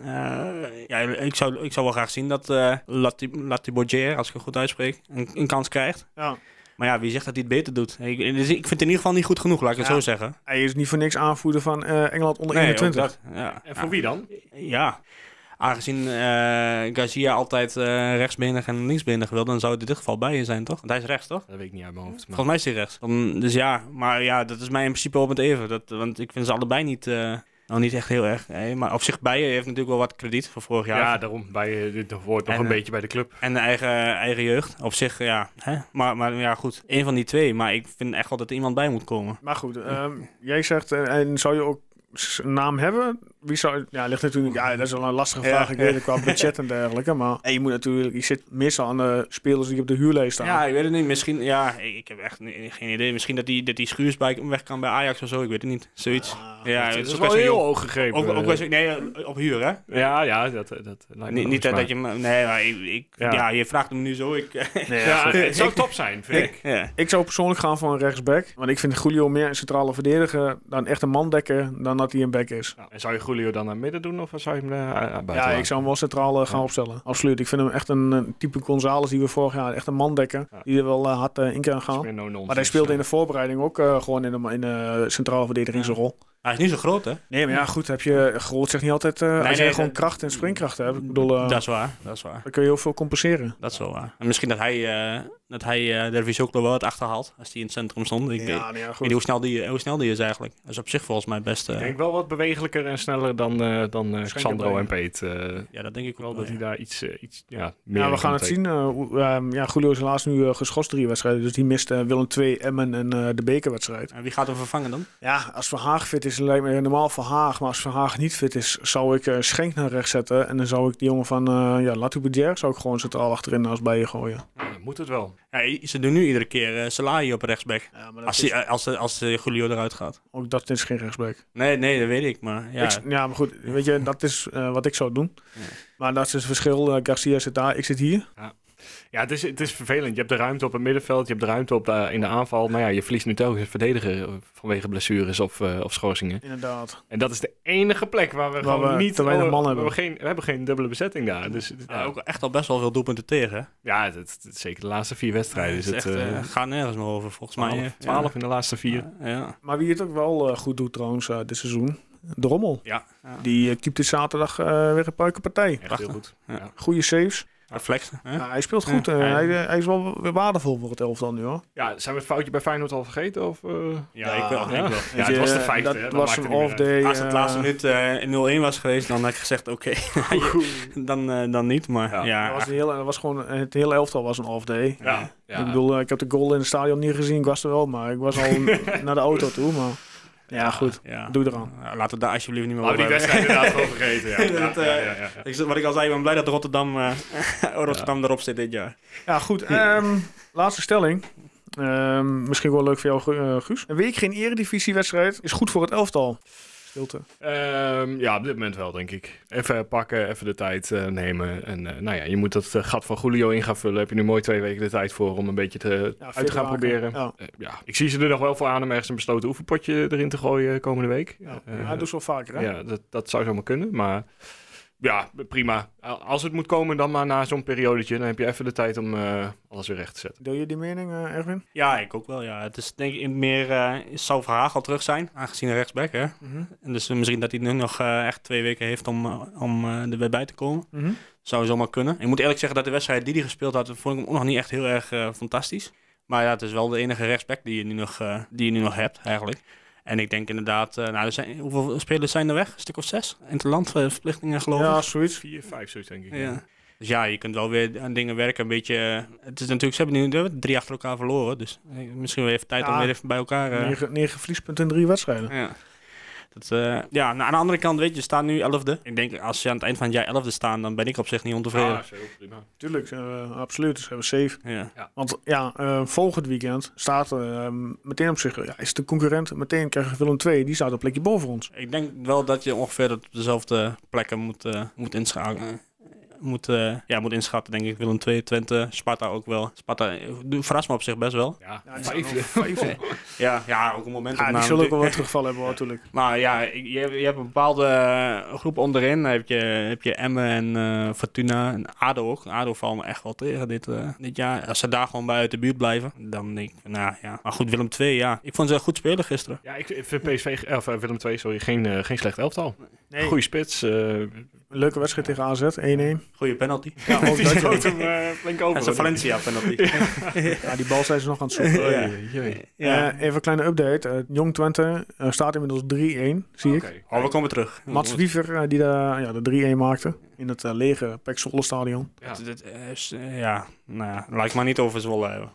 Speaker 3: ik zou wel graag zien dat Latibogier, als ik het goed uitspreek, een kans krijgt.
Speaker 1: Ja.
Speaker 3: Maar ja, wie zegt dat hij het beter doet? Ik vind het in ieder geval niet goed genoeg, laat ik het zo zeggen.
Speaker 1: Hij is niet voor niks aanvoerder van Engeland onder
Speaker 3: Nee,
Speaker 1: 21.
Speaker 3: ook dat. Ja.
Speaker 2: en voor wie dan?
Speaker 3: Ja, aangezien Garcia altijd rechtsbenig en linksbenig wil, dan zou het in dit geval bij je zijn, toch? Want hij is rechts, toch?
Speaker 2: Dat weet ik niet uit mijn hoofd. Maar...
Speaker 3: Volgens mij is hij rechts. Dus ja, maar ja, dat is mij in principe op het even. Want ik vind ze allebei niet echt heel erg. Maar op zich Bijen heeft natuurlijk wel wat krediet van vorig jaar.
Speaker 2: Ja, daarom. Dit hoort nog een beetje bij de club.
Speaker 3: En de eigen jeugd. Op zich, ja. Hè? Maar ja, goed. Eén van die twee. Maar ik vind echt wel dat er iemand bij moet komen.
Speaker 1: Maar goed, jij zegt, en zou je ook een naam hebben Wie zou... Ja, ligt natuurlijk... Ja, dat is wel een lastige vraag. Ik weet het qua budget en dergelijke. Maar je moet natuurlijk... Je zit meestal aan de spelers die op de huurlijst staan.
Speaker 3: Ja, ik weet het niet. Misschien... Ja, ik heb echt geen idee. Misschien dat die Schuurs weg kan bij Ajax of zo. Ik weet het niet. Zoiets.
Speaker 2: Ja, dat is
Speaker 3: ook
Speaker 2: wel
Speaker 3: best
Speaker 2: heel
Speaker 3: jong.
Speaker 2: hoog gegrepen.
Speaker 3: Ook best, nee, op huur, hè?
Speaker 2: Ja, dat lijkt me
Speaker 3: Niet dat je... Nee, maar
Speaker 2: Ja.
Speaker 3: je vraagt hem nu zo.
Speaker 2: Het zou top zijn, vind ik.
Speaker 3: Ja.
Speaker 1: Ik zou persoonlijk gaan voor een rechtsback. Want ik vind Julio meer een centrale verdediger dan echt een mandekker dan dat hij een back is.
Speaker 2: En zou je Julio dan naar midden doen of zou je hem buiten
Speaker 1: Ja,
Speaker 2: laten?
Speaker 1: ik zou hem wel centraal gaan opstellen. Absoluut. Ik vind hem echt een type González die we vorig jaar echt een mandekker.
Speaker 2: Ja.
Speaker 1: Die er wel hard in kan gaan. Maar hij speelde in de voorbereiding ook gewoon in de centrale verdedigingsrol.
Speaker 3: Hij is niet zo groot, hè?
Speaker 1: Nee, maar ja, goed, heb je groot zegt niet altijd als je gewoon kracht en springkracht hebt. Ik bedoel,
Speaker 3: Dat is waar.
Speaker 1: dan kun je heel veel compenseren.
Speaker 3: Dat is wel waar. En misschien dat hij Dervis ook nog wel het achterhaalt als hij in het centrum stond. Ik weet niet hoe snel die is eigenlijk. Dat is op zich volgens mij best...
Speaker 2: Ik denk wel wat bewegelijker en sneller dan Xandro en Peet.
Speaker 3: Ja, dat denk ik
Speaker 2: wel
Speaker 3: ook
Speaker 2: dat hij daar iets meer
Speaker 1: Ja, we gaan het zien. Julio is helaas nu geschorst 3 wedstrijden. Dus die mist Willem II, Emmen en de bekerwedstrijd.
Speaker 3: En wie gaat hem vervangen dan?
Speaker 1: Ja, als Verhaag fit is, lijkt me normaal Verhaag. Maar als Verhaag niet fit is, zou ik Schenk naar rechts zetten. En dan zou ik die jongen van Latoubidière zou ik gewoon centraal achterin als bij je gooien.
Speaker 2: Ja, moet het wel.
Speaker 3: Ja, ze doen nu iedere keer Salahi op rechtsback.
Speaker 1: Ja, maar
Speaker 3: Als Julio eruit gaat.
Speaker 1: ook dat is geen rechtsback.
Speaker 3: Nee, dat weet ik. Maar ja.
Speaker 1: Ja, maar goed, weet je, dat is wat ik zou doen. Ja. Maar dat is het verschil. Garcia zit daar, ik zit hier.
Speaker 2: Ja, het is vervelend. Je hebt de ruimte op het middenveld, je hebt de ruimte in de aanval. Maar ja, je verliest nu telkens een verdediger vanwege blessures of schorsingen.
Speaker 1: Inderdaad.
Speaker 2: En dat is de enige plek waar we gewoon niet...
Speaker 1: te weinig man hebben.
Speaker 2: We hebben geen dubbele bezetting daar. Dus,
Speaker 3: ook echt al best wel veel doelpunten tegen, hè?
Speaker 2: Ja, zeker de laatste 4 wedstrijden.
Speaker 3: Het is echt, gaat nergens meer over, volgens mij.
Speaker 2: 12 in de laatste 4.
Speaker 3: Ja.
Speaker 1: Maar wie het ook wel goed doet trouwens dit seizoen, de Rommel.
Speaker 3: Ja.
Speaker 1: Die keept dit zaterdag weer een puikenpartij.
Speaker 2: Echt heel goed.
Speaker 3: Ja.
Speaker 1: Goede saves.
Speaker 3: Reflexen.
Speaker 1: Ja, hij speelt goed. Hij is wel weer waardevol voor het elftal nu, hoor.
Speaker 2: Ja, zijn we het foutje bij Feyenoord al vergeten? Of,
Speaker 3: Ja, ik wel.
Speaker 2: Ja, het was de 5e.
Speaker 1: Dat was een off-day.
Speaker 3: Als het laatste minuut in 0-1 was geweest, dan had ik gezegd oké. Dan niet, maar ja.
Speaker 1: Dat was gewoon, het hele elftal was een off-day.
Speaker 2: Ja.
Speaker 1: Ik bedoel, ik heb de goal in het stadion niet gezien. Ik was er wel, maar ik was al naar de auto toe. Maar ja, goed. Ja. Doe eraan.
Speaker 3: Laten we daar alsjeblieft niet meer over
Speaker 2: die wedstrijd inderdaad gewoon vergeten.
Speaker 3: Wat ik al zei, ik ben blij dat Rotterdam erop zit dit jaar.
Speaker 1: Ja, goed. Laatste stelling. Misschien wel leuk voor jou, Guus. Een week geen eredivisiewedstrijd is goed voor het elftal. Stilte.
Speaker 2: Ja, op dit moment wel, denk ik. Even pakken, even de tijd nemen. En je moet dat gat van Julio in gaan vullen. Heb je nu mooi 2 weken de tijd voor om een beetje uit te gaan proberen. Ja. Ik zie ze er nog wel voor aan om ergens een besloten oefenpotje erin te gooien komende week.
Speaker 1: Hij doet zo vaker, hè?
Speaker 2: Ja, dat zou zomaar kunnen, maar... Ja, prima. Als het moet komen, dan maar na zo'n periodetje. Dan heb je even de tijd om alles weer recht te zetten.
Speaker 1: Deel je die mening, Erwin?
Speaker 3: Ja, ik ook wel. Ja. Het is denk ik meer... zou Verhaag al terug zijn, aangezien een rechtsback, hè?
Speaker 1: Mm-hmm.
Speaker 3: En dus misschien dat hij nu nog echt 2 weken heeft om er weer bij te komen.
Speaker 1: Mm-hmm.
Speaker 3: Zou zomaar kunnen. Ik moet eerlijk zeggen dat de wedstrijd die hij gespeeld had, vond ik hem ook nog niet echt heel erg fantastisch. Maar ja, het is wel de enige rechtsback die je nu nog hebt, eigenlijk. En ik denk inderdaad, hoeveel spelers zijn er weg? Een stuk of 6? Interlandverplichtingen geloof ik?
Speaker 1: Ja, zoiets.
Speaker 2: 4, 5, zoiets denk ik.
Speaker 3: Ja. Dus ja, je kunt wel weer aan dingen werken. Een beetje. Het is natuurlijk, ze hebben nu 3 achter elkaar verloren. Dus misschien wel even tijd om weer even bij elkaar...
Speaker 1: 9 verliespunten in 3 wedstrijden.
Speaker 3: Ja. Aan de andere kant, weet je, staan nu 11e. Ik denk, als je aan het eind van het jaar 11e staan, dan ben ik op zich niet ontevreden.
Speaker 2: Ja, prima.
Speaker 1: Tuurlijk, absoluut. Dus hebben we 7.
Speaker 3: Ja.
Speaker 1: Want volgend weekend staat meteen op zich, is de concurrent, meteen krijgen Willem II, die staat een plekje boven ons.
Speaker 3: Ik denk wel dat je ongeveer op dezelfde plekken moet inschakelen. Moet inschatten, denk ik. Willem II, Twente, Sparta ook wel. Sparta verrast me op zich best wel.
Speaker 2: Ja, 5e.
Speaker 3: Ja, ook een moment.
Speaker 1: Die zullen ook wel wat terugvallen hebben, natuurlijk.
Speaker 3: Maar ja, je hebt een bepaalde groep onderin. Dan heb je Emmen en Fortuna en ADO ook. ADO valt me echt wel tegen dit jaar. Als ze daar gewoon bij uit de buurt blijven, dan denk ik, Maar goed, Willem II, ja. Ik vond ze goed spelen gisteren.
Speaker 2: Ja, ik vind Willem II, sorry, geen slecht elftal. Nee. Goeie spits.
Speaker 1: Leuke wedstrijd tegen AZ, 1-1.
Speaker 3: Goeie penalty.
Speaker 2: Ja, ook die schoot hem flink over.
Speaker 3: Dat is een Valencia penalty.
Speaker 1: Ja, die bal zijn ze nog aan het zoeken. Even een kleine update. Jong Twente staat inmiddels 3-1, zie ik.
Speaker 3: We komen terug.
Speaker 1: Mats Wiever, die de 3-1 maakte. in het lege PEC Zwolle stadion.
Speaker 3: Ja. Laat ik maar niet over Zwolle hebben.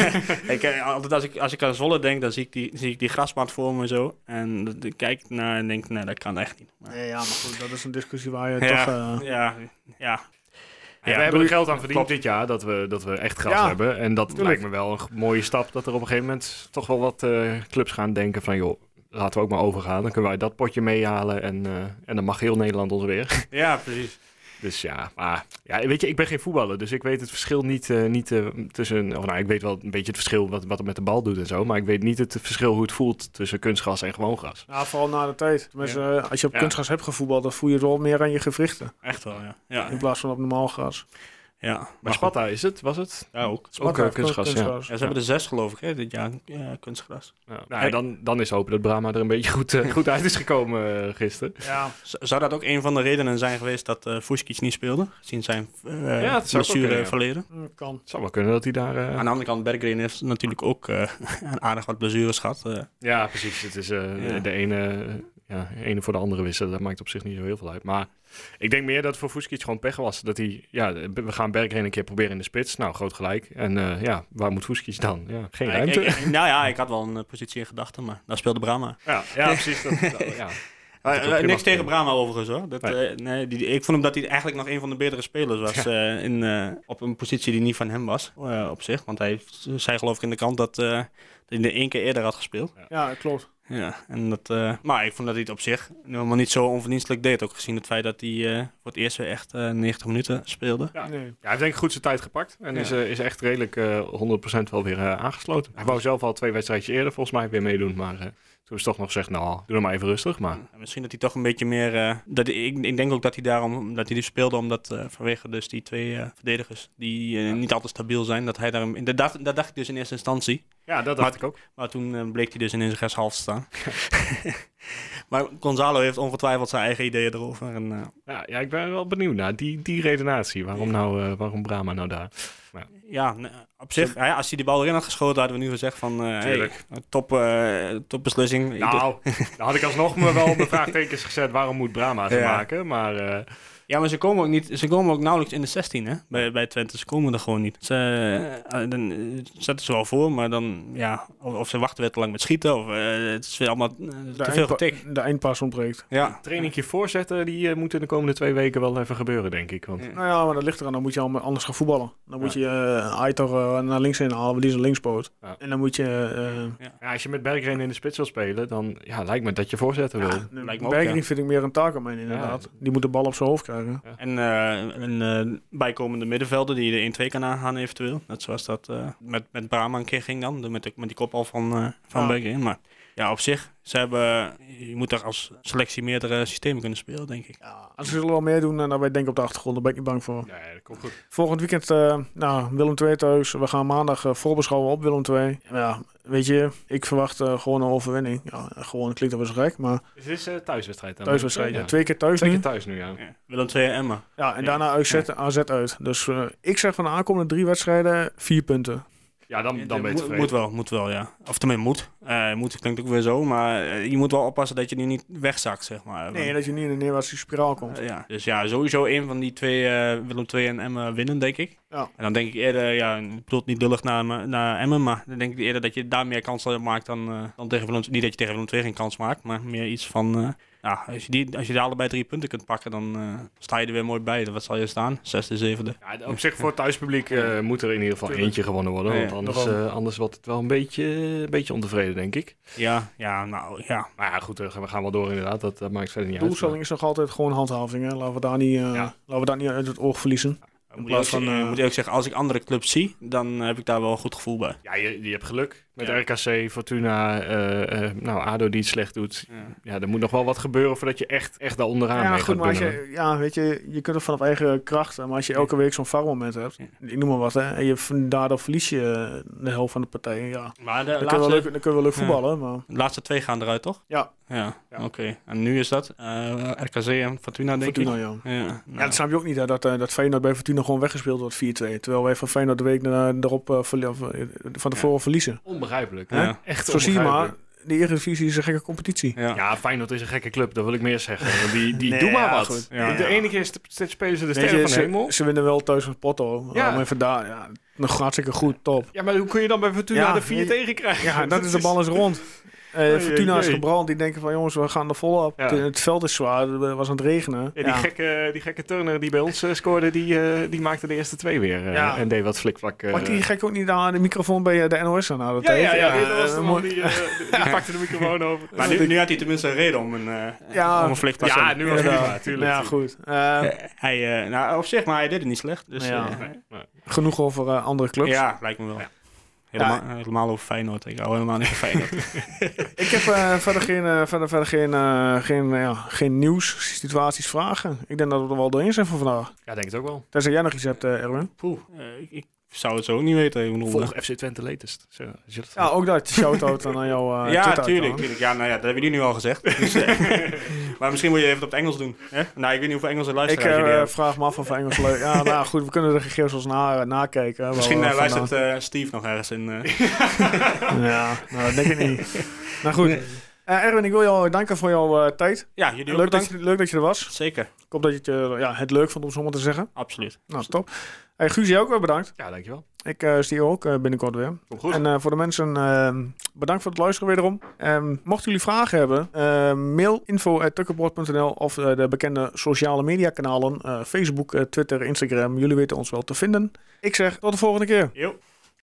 Speaker 3: Altijd als ik aan Zwolle denk, dan zie ik die grasmat voor me zo. En dan kijk ik naar en denk, nee, dat kan echt niet. Maar...
Speaker 1: Nee, ja, maar goed, dat is een discussie waar je toch...
Speaker 3: Ja.
Speaker 2: Ja, we hebben er geld aan verdiend dit jaar dat we echt gras hebben. En dat lijkt me wel een mooie stap dat er op een gegeven moment toch wel wat clubs gaan denken van joh, laten we ook maar overgaan. Dan kunnen wij dat potje meehalen en dan mag heel Nederland ons weer.
Speaker 3: Ja, precies.
Speaker 2: Dus maar weet je, ik ben geen voetballer, dus ik weet het verschil niet tussen... Of ik weet wel een beetje het verschil wat het met de bal doet en zo, maar ik weet niet het verschil hoe het voelt tussen kunstgras en gewoon gras.
Speaker 1: Ja, vooral na de tijd. Tenminste, als je op kunstgras hebt gevoetbald, dan voel je het wel meer aan je gewrichten.
Speaker 3: Echt wel, ja.
Speaker 1: In plaats van op normaal gras.
Speaker 3: Ja,
Speaker 2: bij Sparta was het?
Speaker 3: Ja, ook.
Speaker 2: Sparta, ook kunstgras,
Speaker 3: ja. Ze hebben er 6 geloof ik, hè, dit jaar kunstgras.
Speaker 2: Dan is hopen dat Brahma er een beetje goed uit is gekomen gisteren.
Speaker 3: Ja. Zou dat ook een van de redenen zijn geweest dat Fuskic niet speelde? Gezien zijn blessure verleden?
Speaker 1: Kan.
Speaker 2: Het zou wel kunnen dat hij daar...
Speaker 3: Aan de andere kant, Berggren heeft natuurlijk ook aardig wat blessures gehad.
Speaker 2: Ja, precies. Het is de ene voor de andere wisselen. Dat maakt op zich niet zo heel veel uit. Maar ik denk meer dat voor Fuskic gewoon pech was. Dat hij, we gaan Berggren een keer proberen in de spits. Nou, groot gelijk. En waar moet Fuskic dan? Ja, geen ruimte.
Speaker 3: Ik had wel een positie in gedachten, maar daar speelde Brahma.
Speaker 2: Ja, precies.
Speaker 3: Niks tegen Brahma overigens hoor. Ik vond hem dat hij eigenlijk nog een van de betere spelers was. Op een positie die niet van hem was op zich. Want hij zei geloof ik in de krant dat hij er 1 keer eerder had gespeeld.
Speaker 1: Ja, klopt.
Speaker 3: Ja, en maar ik vond dat hij het op zich helemaal niet zo onverdienstelijk deed. Ook gezien het feit dat hij voor het eerst weer echt 90 minuten speelde.
Speaker 2: Ja, hij heeft denk ik goed zijn tijd gepakt. En is echt redelijk 100% wel weer aangesloten. Hij wou zelf al 2 wedstrijdjes eerder volgens mij weer meedoen. Maar toen is toch nog gezegd, nou, doe er maar even rustig. Maar...
Speaker 3: Misschien dat hij toch een beetje meer... ik denk ook dat hij die speelde omdat vanwege dus die 2 verdedigers die niet altijd stabiel zijn. Dat hij daarom... Dat dacht ik dus in eerste instantie.
Speaker 2: Ja, dat dacht ik ook.
Speaker 3: Maar toen bleek hij dus ineens rechtshalf te staan. Maar Gonzalo heeft ongetwijfeld zijn eigen ideeën erover. En,
Speaker 2: ik ben wel benieuwd naar die redenatie. Waarom Brahma nou daar? Maar...
Speaker 3: Ja, op zich, als hij die bal erin had geschoten, hadden we nu gezegd van topbeslissing.
Speaker 2: Nou, dan had ik alsnog wel mijn vraagtekens gezet. Waarom moet Brahma ze maken? Maar...
Speaker 3: Ja, maar ze komen ook nauwelijks in de 16, hè? Bij Twente. Ze komen er gewoon niet. Dan zetten ze wel voor, maar dan, of ze wachten weer te lang met schieten, of het is weer allemaal te veel getik.
Speaker 1: De eindpas ontbreekt.
Speaker 3: Ja.
Speaker 2: Trainingje voorzetten, die moet in de komende 2 weken wel even gebeuren, denk ik. Want...
Speaker 1: Nou ja, maar dat ligt eraan. Dan moet je anders gaan voetballen. Dan moet je Aitor naar links inhalen, want die is een linkspoot. Ja. En dan moet je...
Speaker 2: als je met Berggren in de spits wil spelen, dan lijkt me dat je voorzetten wil.
Speaker 1: Berggren vind ik meer een Takerman inderdaad. Die moet de bal op zijn hoofd krijgen. Ja.
Speaker 3: En een bijkomende middenvelder die je de 1-2 kan aangaan eventueel. Net zoals dat met Brahma een keer ging dan. Met die kopbal van Berggren. Maar op zich, je moet daar als selectie meerdere systemen kunnen spelen, denk ik.
Speaker 1: Ja, als ze zullen wel meer doen dan wij denken op de achtergrond, daar ben ik niet bang voor.
Speaker 2: Ja, dat komt goed.
Speaker 1: Volgend weekend Willem II thuis. We gaan maandag voorbeschouwen op Willem II. Ja, weet je, ik verwacht gewoon een overwinning. Ja, gewoon klinkt dat wel zo gek, maar...
Speaker 2: Is dit thuiswedstrijd dan?
Speaker 1: Thuiswedstrijd, ja. 2 keer thuis
Speaker 2: 2 keer thuis nu, ja.
Speaker 3: Willem II en Emmen.
Speaker 1: Ja, en daarna AZ uit. Dus ik zeg van de aankomende 3 wedstrijden 4 punten.
Speaker 2: Ja, dan ben je tevreden.
Speaker 3: Moet wel, ja. Of tenminste moet klinkt ook weer zo, maar je moet wel oppassen dat je nu niet wegzakt, zeg maar.
Speaker 1: Nee, dat je niet in een neerwaartse spiraal komt.
Speaker 3: Dus sowieso een van die 2, Willem II en Emmen winnen, denk ik. Ja. En dan denk ik eerder, ik bedoel niet dullig naar Emmen, maar dan denk ik eerder dat je daar meer kansen maakt dan tegen Willem II. Niet dat je tegen Willem II geen kans maakt, maar meer iets van... als je daar allebei 3 punten kunt pakken, dan sta je er weer mooi bij. Wat zal je staan? 6e, 7e.
Speaker 2: Ja, op zich voor het thuispubliek moet er in ieder geval eentje gewonnen worden. Want anders wordt het wel een beetje ontevreden, denk ik.
Speaker 3: Ja.
Speaker 2: Maar ja, goed, we gaan wel door inderdaad. Dat maakt verder niet uit.
Speaker 1: De doelstelling is nog altijd gewoon handhaving. Hè? Laten we daar niet uit het oog verliezen.
Speaker 3: Moet je ook zeggen, als ik andere clubs zie, dan heb ik daar wel een goed gevoel bij.
Speaker 2: Ja, je hebt geluk. Met RKC, Fortuna, ADO die het slecht doet. Ja, er moet nog wel wat gebeuren voordat je echt daar onderaan mee gaat
Speaker 1: maar weet je kunt er vanaf eigen kracht. Maar als je elke week zo'n vakmoment hebt, ik noem maar wat, hè, en daardoor verlies je de helft van de partijen. Ja. Maar dan kunnen we wel leuk voetballen. Maar...
Speaker 3: De laatste 2 gaan eruit, toch?
Speaker 1: Ja.
Speaker 3: Oké. En nu is dat RKC en Fortuna, denk ik.
Speaker 1: Ja, dat snap je ook niet, hè, dat Feyenoord bij Fortuna gewoon weggespeeld wordt 4-2. Terwijl wij van Feyenoord de week erop van tevoren verliezen.
Speaker 2: Onbegrijpelijk.
Speaker 1: Ja. Echt zo zie je maar. de Eredivisie is een gekke competitie.
Speaker 2: Ja, Feyenoord is een gekke club, dat wil ik meer zeggen. Die
Speaker 1: Nee,
Speaker 2: doen maar
Speaker 1: ja,
Speaker 2: wat.
Speaker 1: goed.
Speaker 2: De ene keer spelen ze de
Speaker 1: Weet
Speaker 2: sterren
Speaker 1: je,
Speaker 2: van de hemel.
Speaker 1: ze winnen wel thuis van Porto.
Speaker 2: Ja.
Speaker 1: Maar vandaar, nog hartstikke goed, top.
Speaker 2: Ja, maar hoe kun je dan bij Fortuna de 4 tegen krijgen?
Speaker 1: Ja, dat is de bal is rond. Fortuna is gebrand. Die denken van jongens, we gaan er volop.
Speaker 2: Ja.
Speaker 1: Het veld is zwaar. Het was aan het regenen.
Speaker 2: Ja, die gekke Turner die bij ons scoorde, die maakte de eerste 2 weer.
Speaker 1: Ja.
Speaker 2: En deed wat flikvlak.
Speaker 1: Pakt die gek ook niet aan de microfoon bij de NOS aan de tijd?
Speaker 2: Dat was de man die pakte de microfoon over.
Speaker 3: Maar nu had hij tenminste een reden om een flikvlak.
Speaker 2: Ja, nu was het
Speaker 1: inderdaad.
Speaker 2: prima, tuurlijk.
Speaker 1: Ja, goed.
Speaker 3: Hij, op zich, maar hij deed het niet slecht. Dus,
Speaker 1: Genoeg over andere clubs.
Speaker 3: ja, lijkt me wel.
Speaker 2: Ja.
Speaker 3: Helemaal over Feyenoord. Ik hou helemaal niet van Feyenoord.
Speaker 1: Ik heb verder geen nieuws, situaties, vragen. Ik denk dat we er wel doorheen zijn voor vandaag.
Speaker 2: Ja, denk het ook wel.
Speaker 1: Tenzij jij nog iets hebt, Erwin.
Speaker 3: Ik zou het zo ook niet weten. Ik bedoel,
Speaker 2: Volg FC Twente latest. Zo, als je dat
Speaker 1: Ja, ook dat. Shout-out aan jouw
Speaker 3: ja,
Speaker 1: Twitter-account.
Speaker 3: tuurlijk. Ja, nou ja, dat hebben jullie nu al gezegd. Dus, maar misschien moet je even op het Engels doen. Hè? Nou, ik weet niet hoeveel Engelse
Speaker 1: Ik
Speaker 3: luisteraars jullie hebben.
Speaker 1: vraag me af of Engels leuk. Ja, nou goed, we kunnen de gegevens nakijken.
Speaker 3: Misschien
Speaker 1: Waar we
Speaker 3: luistert Steve nog ergens in.
Speaker 1: Ja, nou, dat denk ik niet. Nou goed. Erwin, ik wil jou danken voor jouw tijd.
Speaker 3: Ja, jullie ook
Speaker 1: Leuk
Speaker 3: bedankt.
Speaker 1: leuk dat je er was.
Speaker 3: Zeker,
Speaker 1: Ik hoop dat je het leuk vond om zo maar te zeggen.
Speaker 3: absoluut.
Speaker 1: Nou, top. Guus, jij ook weer bedankt.
Speaker 2: Ja, dankjewel.
Speaker 1: Ik zie je ook binnenkort weer.
Speaker 2: Komt goed.
Speaker 1: En voor de mensen, bedankt voor het luisteren wederom. Mochten jullie vragen hebben, mail info@tukkenbord.nl of de bekende sociale media kanalen. Facebook, Twitter, Instagram. Jullie weten ons wel te vinden. Ik zeg tot de volgende keer.
Speaker 3: Jo.